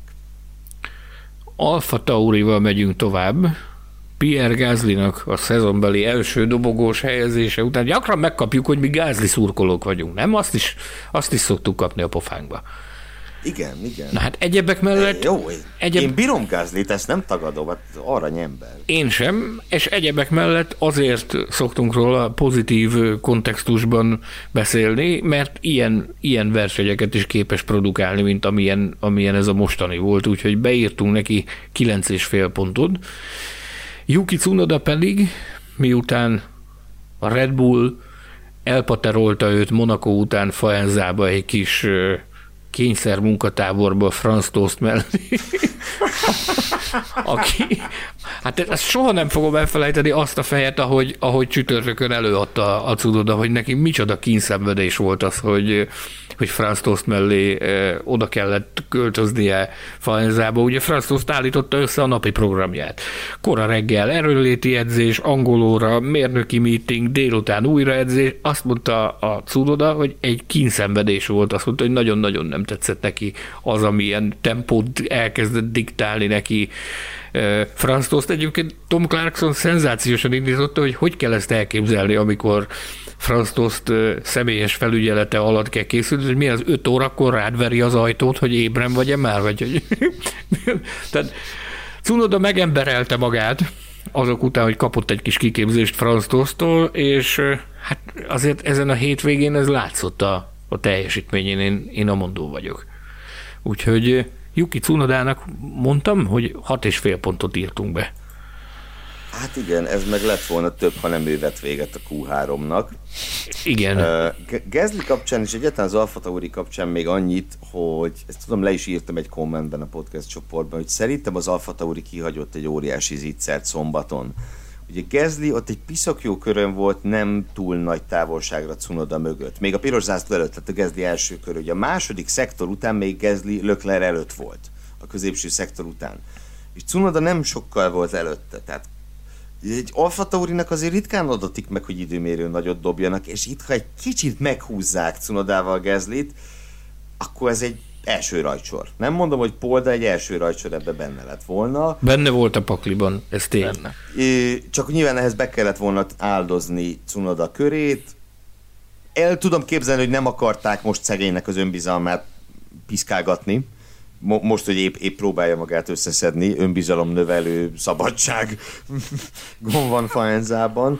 Alfa Taurival megyünk tovább. Pierre Gaslynak a szezonbeli első dobogós helyezése után gyakran megkapjuk, hogy mi Gasly szurkolók vagyunk, nem? Azt is szoktuk kapni a pofánkba. Igen. Na hát egyebek mellett... Jó, én bírom Gaslyt, ezt nem tagadom, hát aranyember. Én sem, és egyebek mellett azért szoktunk róla pozitív kontextusban beszélni, mert ilyen versenyeket is képes produkálni, mint amilyen ez a mostani volt, úgyhogy beírtunk neki 9,5 pontot. Yuki Tsunoda pedig, miután a Red Bull elpaterolta őt Monaco után Faenzába egy kis kényszer munkatáborba Franz Tost mellé, aki, hát ezt soha nem fogom elfelejteni azt a fejet, ahogy csütörtökön előadta a Cunoda, hogy neki micsoda kínszenvedés volt az, hogy Franz Tost mellé oda kellett költöznie Faenzába. Ugye Franz Tost állította össze a napi programját. Kora reggel erőnléti edzés, angolóra, mérnöki meeting, délután újraedzés. Azt mondta a Cunoda, hogy egy kínszenvedés volt. Azt mondta, hogy nagyon-nagyon nem tetszett neki az, amilyen tempót elkezdett diktálni neki Franz Tost. Egyébként Tom Clarkson szenzációsan indította, hogy kell ezt elképzelni, amikor Franz Tost személyes felügyelete alatt kell készülni, hogy mi az 5 órakor rád veri az ajtót, hogy ébren vagy-e már, vagy hogy... Tehát Cunoda megemberelte magát azok után, hogy kapott egy kis kiképzést Franz Tosttól, és hát azért ezen a hétvégén ez látszott a teljesítményén, én amondó vagyok. Úgyhogy Yuki Cunodának mondtam, hogy 6,5 pontot írtunk be. Hát igen, ez meg lett volna több, ha nem ő vett véget a Q3-nak. Igen. Gasly kapcsán és egyáltalán az Alfa Tauri kapcsán még annyit, hogy ezt tudom, le is írtam egy kommentben a podcast csoportban, hogy szerintem az Alfa Tauri kihagyott egy óriási zicsert szombaton. Ugye Gasly ott egy piszak jó körön volt, nem túl nagy távolságra Cunoda mögött. Még a piros zászló előtt, tehát a Gasly első kör. Ugye a második szektor után még Gasly Leclerc előtt volt, a középső szektor után. És Cunoda nem sokkal volt előtte, tehát egy Alfa Taurinak azért ritkán adatik meg, hogy időmérő nagyot dobjanak, és itt, ha egy kicsit meghúzzák Cunodával Gaslyt, akkor ez egy első rajtsor. Nem mondom, hogy pole, de egy első rajtsor ebbe benne lett volna. Benne volt a pakliban, ez tény. Csak nyilván ehhez be kellett volna áldozni Cunoda körét. El tudom képzelni, hogy nem akarták most szegénynek az önbizalmát piszkálgatni. Most, hogy épp próbálja magát összeszedni, önbizalomnövelő szabadság gond van Faenzában,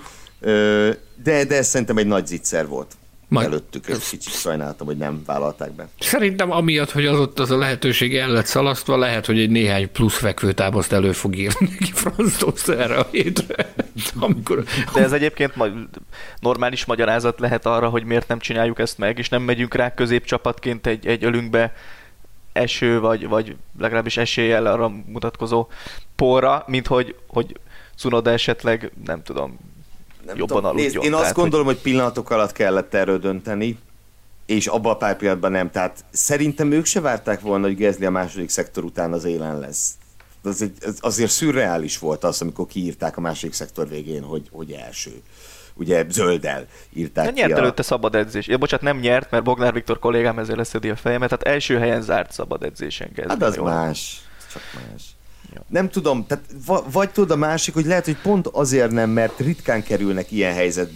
de ez szerintem egy nagy zicser volt előttük, és kicsit sajnáltam, hogy nem vállalták be. Szerintem amiatt, hogy az ott az a lehetőség el lett szalasztva, lehet, hogy egy néhány plusz fekvőtámaszt elő fog írni neki Franz Tost erre a hétre. De ez egyébként normális magyarázat lehet arra, hogy miért nem csináljuk ezt meg, és nem megyünk rá középcsapatként egy ölünkbe eső, vagy legalábbis eséllyel arra mutatkozó porra, mint hogy Cunoda esetleg, nem tudom, jobban aludjon. Én azt gondolom, hogy pillanatok alatt kellett erről dönteni, és abban a pár pillanatban nem. Tehát szerintem ők se várták volna, hogy Gasly a második szektor után az élen lesz. Azért szürreális volt az, amikor kiírták a második szektor végén, hogy első. Ugye zölddel írták ki. Nyert előtte szabad edzés. Bocsánat, nem nyert, mert Bognár Viktor kollégám ezzel leszedi a fejemet, tehát első helyen zárt szabad edzésen Gasly. Hát az más. Csak más. Ja. Nem tudom, tehát vagy tudod a másik, hogy lehet, hogy pont azért nem, mert ritkán kerülnek ilyen helyzetbe,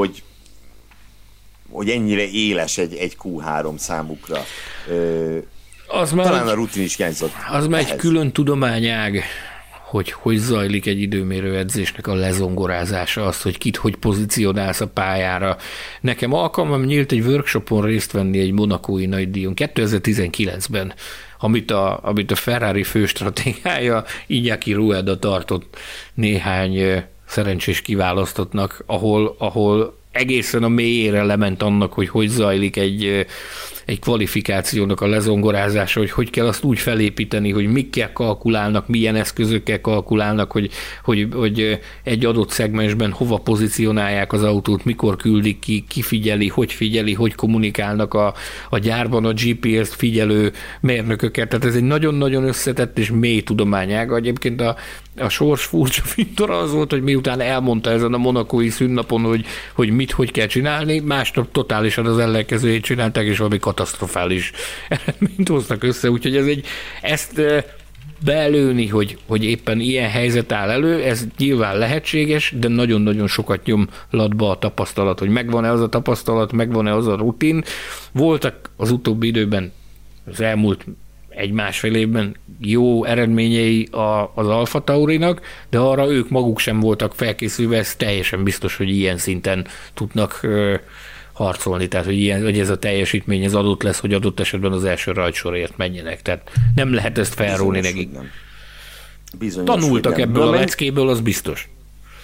hogy ennyire éles egy Q3 számukra. Talán a rutin is hiányzott. Az már egy külön tudományág, hogy zajlik egy időmérő edzésnek a lezongorázása, az, hogy kit hogy pozícionálsz a pályára. Nekem alkalmam nyílt egy workshopon részt venni egy monakói nagydíjon 2019-ben, amit a Ferrari főstratégiája Iñaki Rueda tartott néhány szerencsés kiválasztottnak, ahol egészen a mélyére lement annak, hogy zajlik egy kvalifikációnak a lezongorázása, hogy kell azt úgy felépíteni, hogy mikkel kalkulálnak, milyen eszközökkel kalkulálnak, hogy egy adott szegmensben hova pozícionálják az autót, mikor küldik ki figyeli, hogy kommunikálnak a gyárban a GPS-t figyelő mérnököket. Tehát ez egy nagyon-nagyon összetett és mély tudományág. Egyébként a sors furcsa fintora az volt, hogy miután elmondta ezen a monakói szünnapon, hogy hogy kell csinálni, másnap totálisan az ellenkezőjét csinálták, és valami katasztrofális eredményt hoztak össze. Úgyhogy ezt belőni, hogy éppen ilyen helyzet áll elő, ez nyilván lehetséges, de nagyon-nagyon sokat nyom latba a tapasztalat, hogy megvan-e az a tapasztalat, megvan-e az a rutin. Voltak az utóbbi időben, az elmúlt 1-1,5 évben jó eredményei az Alfa Taurinak, de arra ők maguk sem voltak felkészülve, ez teljesen biztos, hogy ilyen szinten tudnak harcolni, tehát hogy ez a teljesítmény ez adott lesz, hogy adott esetben az első rajtsorért menjenek, tehát nem lehet ezt felróni nekik. Tanultak ebből a leckéből, az biztos.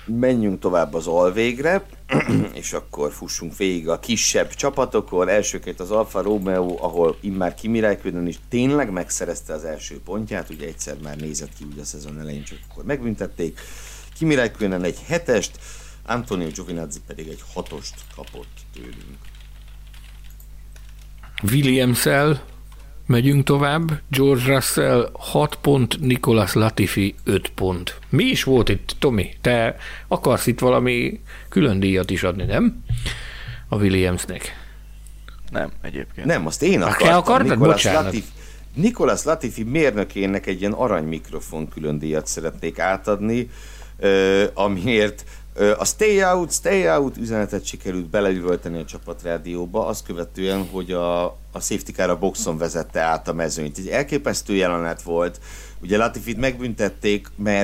menjünk tovább az Alvégre, és akkor fussunk végig a kisebb csapatokon. Elsőként az Alfa Romeo, ahol immár Kimi Räikkönen is tényleg megszerezte az első pontját, ugye egyszer már nézett ki ugye a szezon elején, csak akkor megbüntették. Kimi Räikkönen egy 7-est, Antonio Giovinazzi pedig egy 6-ost kapott tőlünk. Williams-el megyünk tovább, George Russell 6 pont, Nicolas Latifi 5 pont. Mi is volt itt, Tomi? Te akarsz itt valami külön díjat is adni, nem? A Williamsnek. Nem, egyébként. Nem, azt én akartam. Nicolas Latifi mérnökének egy ilyen arany mikrofon külön díjat szeretnék átadni, amiért a stay out üzenetet sikerült beleüvölteni a csapatrádióba, azt követően, hogy a safety car a boxon vezette át a mezőnyt. Egy elképesztő jelenet volt. Ugye Latifit megbüntették,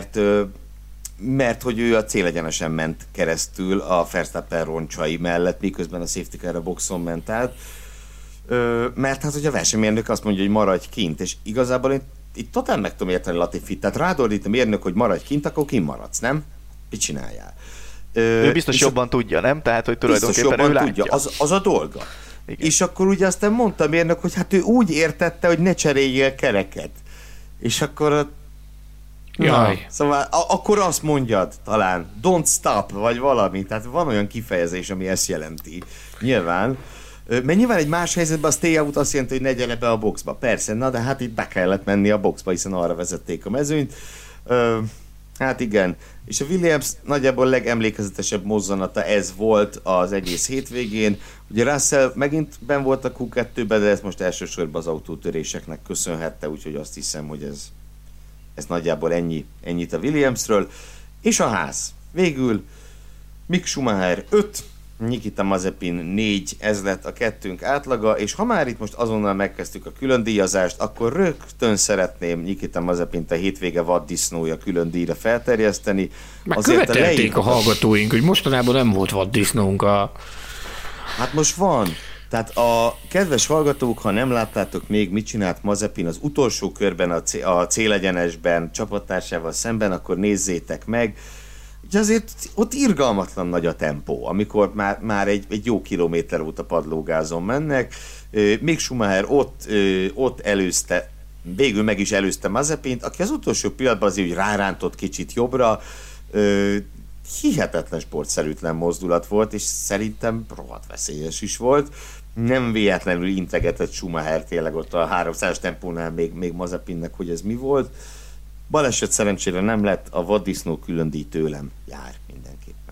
mert hogy ő a célegyenesen ment keresztül a Verstappen roncsai mellett, miközben a safety car a boxon ment át. Mert hát, hogy a versenymérnök azt mondja, hogy maradj kint, és igazából én itt totál meg tudom érteni Latifit, tehát rádordít a mérnök, hogy maradj kint, akkor kint maradsz, nem? Mit csináljál? Ő biztos jobban tudja, nem? Tehát, hogy tulajdonképpen ő látja. Tudja. Az a dolga. Igen. És akkor ugye aztán mondta a mérnök, hogy hát ő úgy értette, hogy ne cseréljél kereket. És akkor szóval akkor azt mondjad talán, don't stop, vagy valami. Tehát van olyan kifejezés, ami ezt jelenti. Nyilván. Mert nyilván egy más helyzetben a stay out azt jelenti, hogy ne gyere be a boxba. Persze, na de hát itt be kellett menni a boxba, hiszen arra vezették a mezőnyt. Hát igen, és a Williams nagyjából legemlékezetesebb mozzanata ez volt az egész hétvégén. Ugye Russell megint benn volt a Q2-ben, de ez most elsősorban az autótöréseknek köszönhette, úgyhogy azt hiszem, hogy ez nagyjából ennyit a Williamsről. És a ház. Végül Mick Schumacher 5, Nikita Mazepin 4, ez lett a kettőnk átlaga, és ha már itt most azonnal megkezdtük a külön díjazást, akkor rögtön szeretném Nikita Mazepint a hétvége vaddisznója külön díjra felterjeszteni. Már követelték a hallgatóink, hogy mostanában nem volt vaddisznónk Hát most van. Tehát a kedves hallgatók, ha nem láttátok még, mit csinált Mazepin az utolsó körben a célegyenesben csapattársával szemben, akkor nézzétek meg. Ugye azért ott irgalmatlan nagy a tempó, amikor már egy jó kilométer óta padlógázon mennek. Még Schumacher ott előzte, végül meg is előzte Mazepint, aki az utolsó pillanatban azért úgy rárántott kicsit jobbra. Hihetetlen sportszerűtlen mozdulat volt, és szerintem rohadt veszélyes is volt. Nem véletlenül integetett Schumacher tényleg ott a 300 tempónál még Mazepinnek, hogy ez mi volt. Baleset szerencsére nem lett, a vaddisznó külön díj tőlem jár mindenképpen.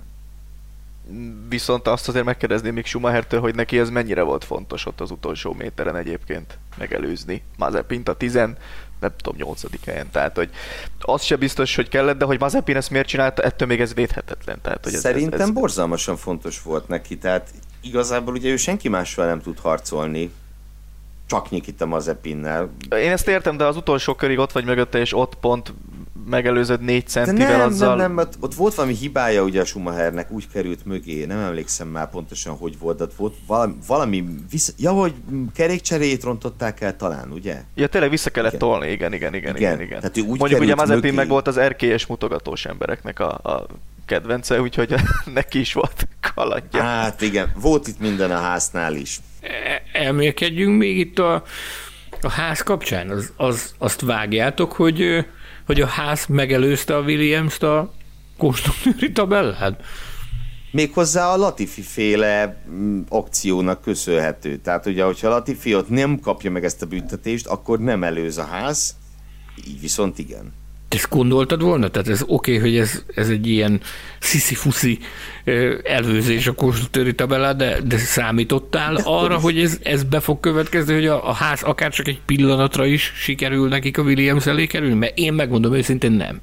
Viszont azt azért megkérdezném még Schumachertől, hogy neki ez mennyire volt fontos ott az utolsó méteren egyébként megelőzni Mazepint a 8. helyen. Tehát, hogy az se biztos, hogy kellett, de hogy Mazepin ezt miért csinálta, ettől még ez védhetetlen. Tehát, hogy szerintem borzalmasan fontos volt neki, tehát igazából ugye ő senki mással nem tud harcolni, csak Nikita Mazepinnel. Én ezt értem, de az utolsó körig ott vagy mögötte, és ott pont megelőzött 4 centivel azzal. Nem, ott volt valami hibája ugye a Schumachernek, úgy került mögé, nem emlékszem már pontosan, hogy volt, de volt valami hogy kerékcseréjét rontották el talán, ugye? Ja, tényleg vissza kellett tolni, igen. Tehát ő úgy mondjuk ugye Mazepin mögé. meg volt az erkélyes mutogatós embereknek a kedvence, úgyhogy neki is volt kalandja. Hát igen, volt itt minden a háznál is. Elmélkedjünk még itt a ház kapcsán. Azt vágjátok, hogy a ház megelőzte a Williams-t a konstruktőri tabellán? Méghozzá a Latifi-féle akciónak köszönhető. Tehát ugye, hogyha Latifi ott nem kapja meg ezt a büntetést, akkor nem előz a ház, így viszont igen. Ezt gondoltad volna? Tehát ez oké, hogy ez egy ilyen sziszi-fuszi előzés a konstruktőri tabellán, de számítottál arra, hogy ez be fog következni, hogy a ház akár csak egy pillanatra is sikerül nekik a Williams elé kerülni? Mert én megmondom őszintén nem.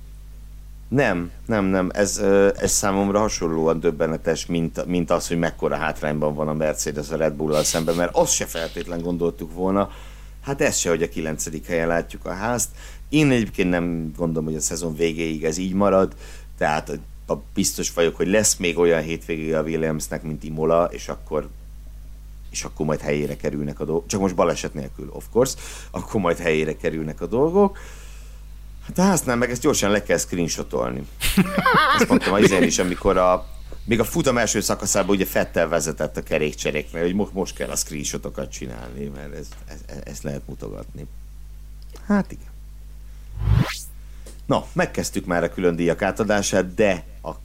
Nem. Ez számomra hasonlóan döbbenetes, mint az, hogy mekkora hátrányban van a Mercedes a Red Bull-al szemben, mert azt se feltétlen gondoltuk volna. Hát ez se, hogy a 9. helyen látjuk a házt. Én egyébként nem gondolom, hogy a szezon végéig ez így marad, tehát biztos vagyok, hogy lesz még olyan hétvégéje a Williamsnek, mint Imola, és akkor majd helyére kerülnek a dolgok. Csak most baleset nélkül, of course. Akkor majd helyére kerülnek a dolgok. Hát használ meg, ezt gyorsan le kell screenshotolni. Ezt mondtam az én is, amikor még a futam első szakaszában ugye Vettel vezetett a kerékcseréknél, hogy most kell a screenshotokat csinálni, mert ezt lehet mutogatni. Hát igen. Na, megkezdtük már a külön díjak átadását, de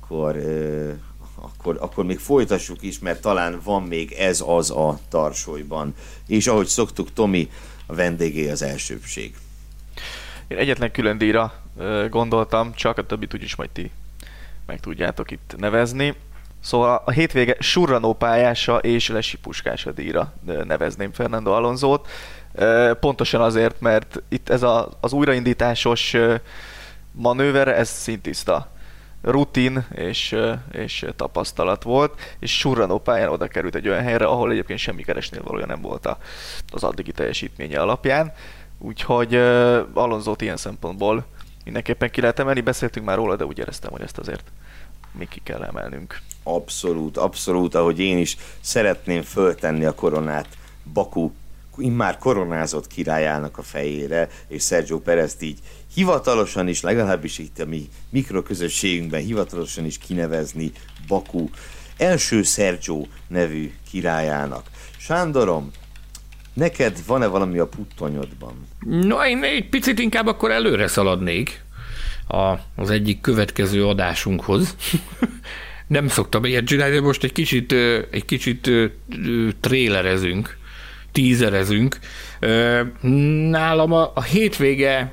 akkor még folytassuk is, mert talán van még ez az a tarsolyban. És ahogy szoktuk, Tomi, a vendégé az elsőbbség. Én egyetlen külön díjra gondoltam, csak a többit úgyis majd ti meg tudjátok itt nevezni. Szóval a hétvége surranó pályása és lesipuskása díjra nevezném Fernando Alonsót. Pontosan azért, mert itt ez az újraindításos manőver, ez szintiszta rutin és tapasztalat volt, és surranó pályán oda került egy olyan helyre, ahol egyébként semmi keresnél valója nem volt az addigi teljesítménye alapján. Úgyhogy Alonsót ilyen szempontból mindenképpen ki lehet emelni, beszéltünk már róla, de úgy éreztem, hogy ezt azért még ki kell emelnünk. Abszolút, ahogy én is szeretném föltenni a koronát Baku immár koronázott királyának a fejére, és Sergio Perezt így hivatalosan is, legalábbis itt a mi mikroközösségünkben hivatalosan is kinevezni Baku első Sergio nevű királyának. Sándorom, neked van-e valami a puttonyodban? No, én egy picit inkább akkor előre szaladnék az egyik következő adásunkhoz. Nem szoktam ilyet csinálni, de most egy kicsit trélerezünk, tízerezünk. Nálam a hétvége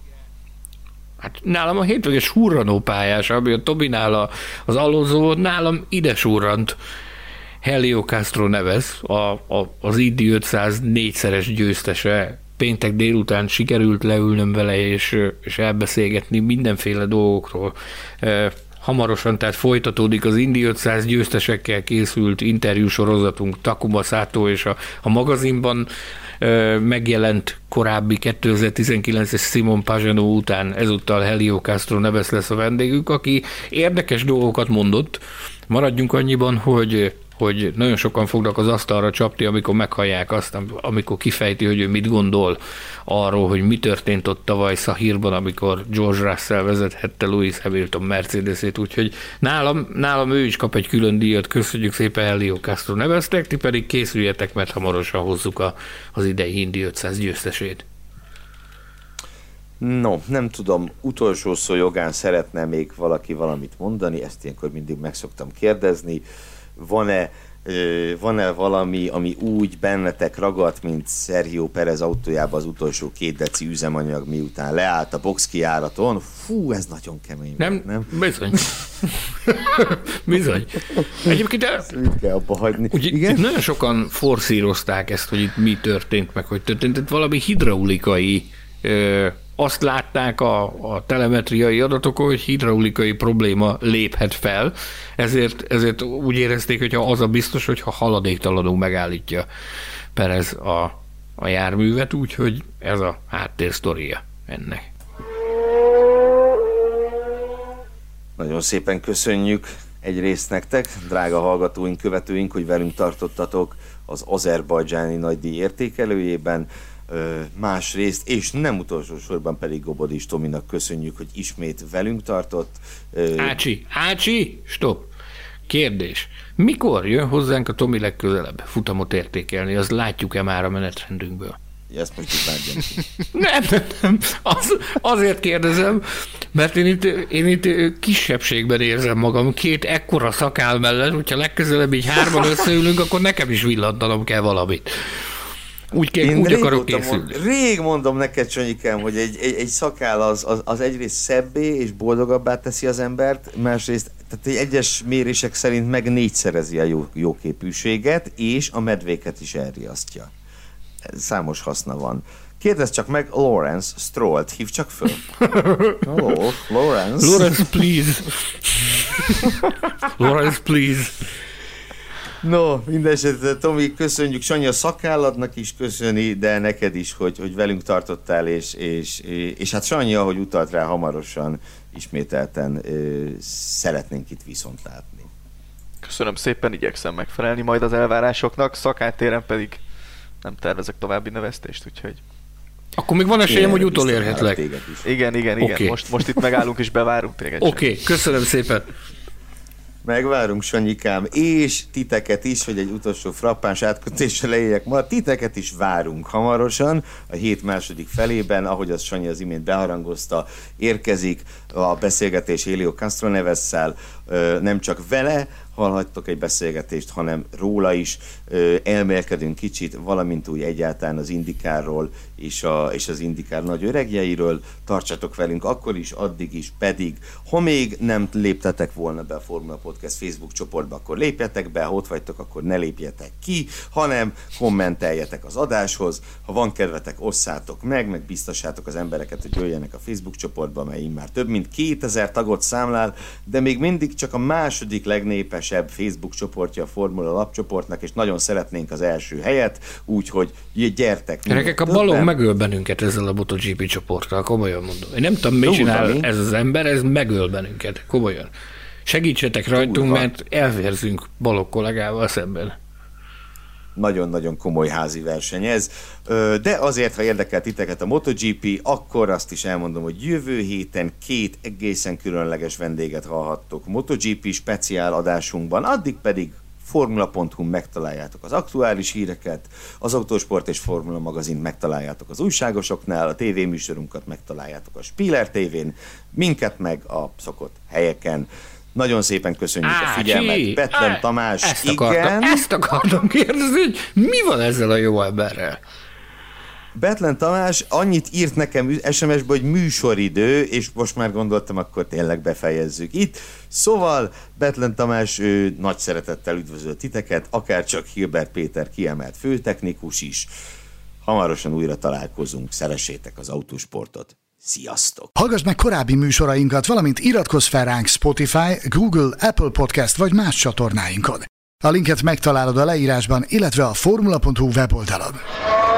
surranó pályás, ami a Tobinál az Alonso, nálam ide surrant Helio Castro Neves, az Indy 500 4-szeres győztese. Péntek délután sikerült leülnöm vele és elbeszélgetni mindenféle dolgokról. Hamarosan tehát folytatódik az Indy 500 győztesekkel készült interjúsorozatunk Takuma Sato és a magazinban megjelent korábbi 2019-es Simon Pagenaud után ezúttal Helio Castro Neves lesz a vendégünk, aki érdekes dolgokat mondott. Maradjunk annyiban, hogy nagyon sokan fognak az asztalra csapni, amikor meghallják azt, amikor kifejti, hogy ő mit gondol arról, hogy mi történt ott tavaly Szahírban, amikor George Russell vezethette Lewis Hamilton Mercedesét, úgyhogy nálam ő is kap egy külön díjat. Köszönjük szépen Helio Castro Nevestek, ti pedig készüljetek, mert hamarosan hozzuk az idei Indy 500 győztesét. No, nem tudom, utolsó szó jogán szeretne még valaki valamit mondani, ezt ilyenkor mindig meg szoktam kérdezni. Van-e valami, ami úgy bennetek ragadt, mint Sergio Perez autójában az utolsó 2 deci üzemanyag, miután leállt a boxkijáraton? Fú, ez nagyon kemény. Nem? Bizony. Bizony. Egyébként kell abba hagyni. Igen? Nagyon sokan forszírozták ezt, hogy itt mi történt, meg hogy történt. Tehát valami hidraulikai azt látták a telemetriai adatokon, hogy hidraulikai probléma léphet fel, ezért úgy érezték, hogy az a biztos, hogyha haladéktalanul megállítja Perez a járművet, úgyhogy ez a háttérsztoria ennek. Nagyon szépen köszönjük egyrészt nektek, drága hallgatóink, követőink, hogy velünk tartottatok az azerbajdzsáni nagydíj értékelőjében. Másrészt, és nem utolsó sorban pedig Gobodis Tominak köszönjük, hogy ismét velünk tartott. Ácsi, stop! Kérdés. Mikor jön hozzánk a Tomi legközelebb futamot értékelni? Azt látjuk-e már a menetrendünkből? Ezt most itt Nem. Azért kérdezem, mert én itt kisebbségben érzem magam 2 ekkora szakál mellett, hogyha legközelebb így 3-an összeülünk, akkor nekem is villantanom kell valamit. Úgy akarok készülni. Rég mondom neked, Sanyikám, hogy egy szakál az egyrészt szebbé és boldogabbá teszi az embert, másrészt tehát egyes mérések szerint meg 4-szerezi a jóképűséget, és a medvéket is elriasztja. Számos haszna van. Kérdezz csak meg Lawrence Strollt, hív csak föl. Hello, Lawrence. Lawrence, please. Lawrence, please. No, mindesetre, Tomi, köszönjük Sanyi a szakálladnak is köszöni, de neked is, hogy velünk tartottál, és hát Sanyi, ahogy utalt rá, hamarosan ismételten szeretnénk itt viszont látni. Köszönöm szépen, igyekszem megfelelni majd az elvárásoknak, szakáltéren pedig nem tervezek további növesztést, úgyhogy Akkor még van esélyem, hogy utolérhetlek. Igen. Okay. Most itt megállunk és bevárunk téged. Oké, köszönöm szépen. Megvárunk, Sanyikám, és titeket is, hogy egy utolsó frappáns átkötésre leéljek ma. Titeket is várunk hamarosan, a hét második felében, ahogy az Sanyi az imént beharangozta, érkezik a beszélgetés Helio Castroneves-szel, nem csak vele hallhattok egy beszélgetést, hanem róla is elmélkedünk kicsit, valamint úgy egyáltalán az IndyCarról és az IndyCar nagy öregjeiről. Tartsatok velünk akkor is, addig is, pedig ha még nem léptetek volna be a Formula Podcast Facebook csoportba, akkor lépjetek be, ha ott vagytok, akkor ne lépjetek ki, hanem kommenteljetek az adáshoz, ha van kedvetek, osszátok meg biztassátok az embereket, hogy jöjjenek a Facebook csoportba, amely már több mint 2000 tagot számlál, de még mindig csak a második legnépesebb Facebook csoportja a Formula lapcsoportnak, és nagyon szeretnénk az első helyet, úgyhogy gyertek. Gyerekek, a balon megöl bennünket ezzel a MotoGP csoporttal, komolyan mondom. Én nem tudom, mit csinál ez az ember, ez megöl bennünket, komolyan. Segítsetek rajtunk, mert elvérzünk Balogh kollégával szemben. Nagyon-nagyon komoly házi verseny ez, de azért, ha érdekel titeket a MotoGP, akkor azt is elmondom, hogy jövő héten 2 egészen különleges vendéget hallhattok MotoGP speciál adásunkban, addig pedig formula.hu megtaláljátok az aktuális híreket, az Autósport és Formula magazint megtaláljátok az újságosoknál, a tévéműsorunkat megtaláljátok a Spiller TV-n, minket meg a szokott helyeken. Nagyon szépen köszönjük a figyelmet. Bethlen Tamás, ezt akartam kérdezni, hogy mi van ezzel a jó emberrel? Bethlen Tamás annyit írt nekem SMS-be, hogy műsoridő, és most már gondoltam, akkor tényleg befejezzük itt. Szóval Bethlen Tamás nagy szeretettel üdvözöl titeket, akárcsak Hilbert Péter kiemelt főtechnikus is. Hamarosan újra találkozunk, szeressétek az autósportot. Sziasztok! Hallgass meg korábbi műsorainkat, valamint iratkozz fel ránk Spotify, Google, Apple Podcast vagy más csatornáinkon. A linket megtalálod a leírásban, illetve a formula.hu weboldalon.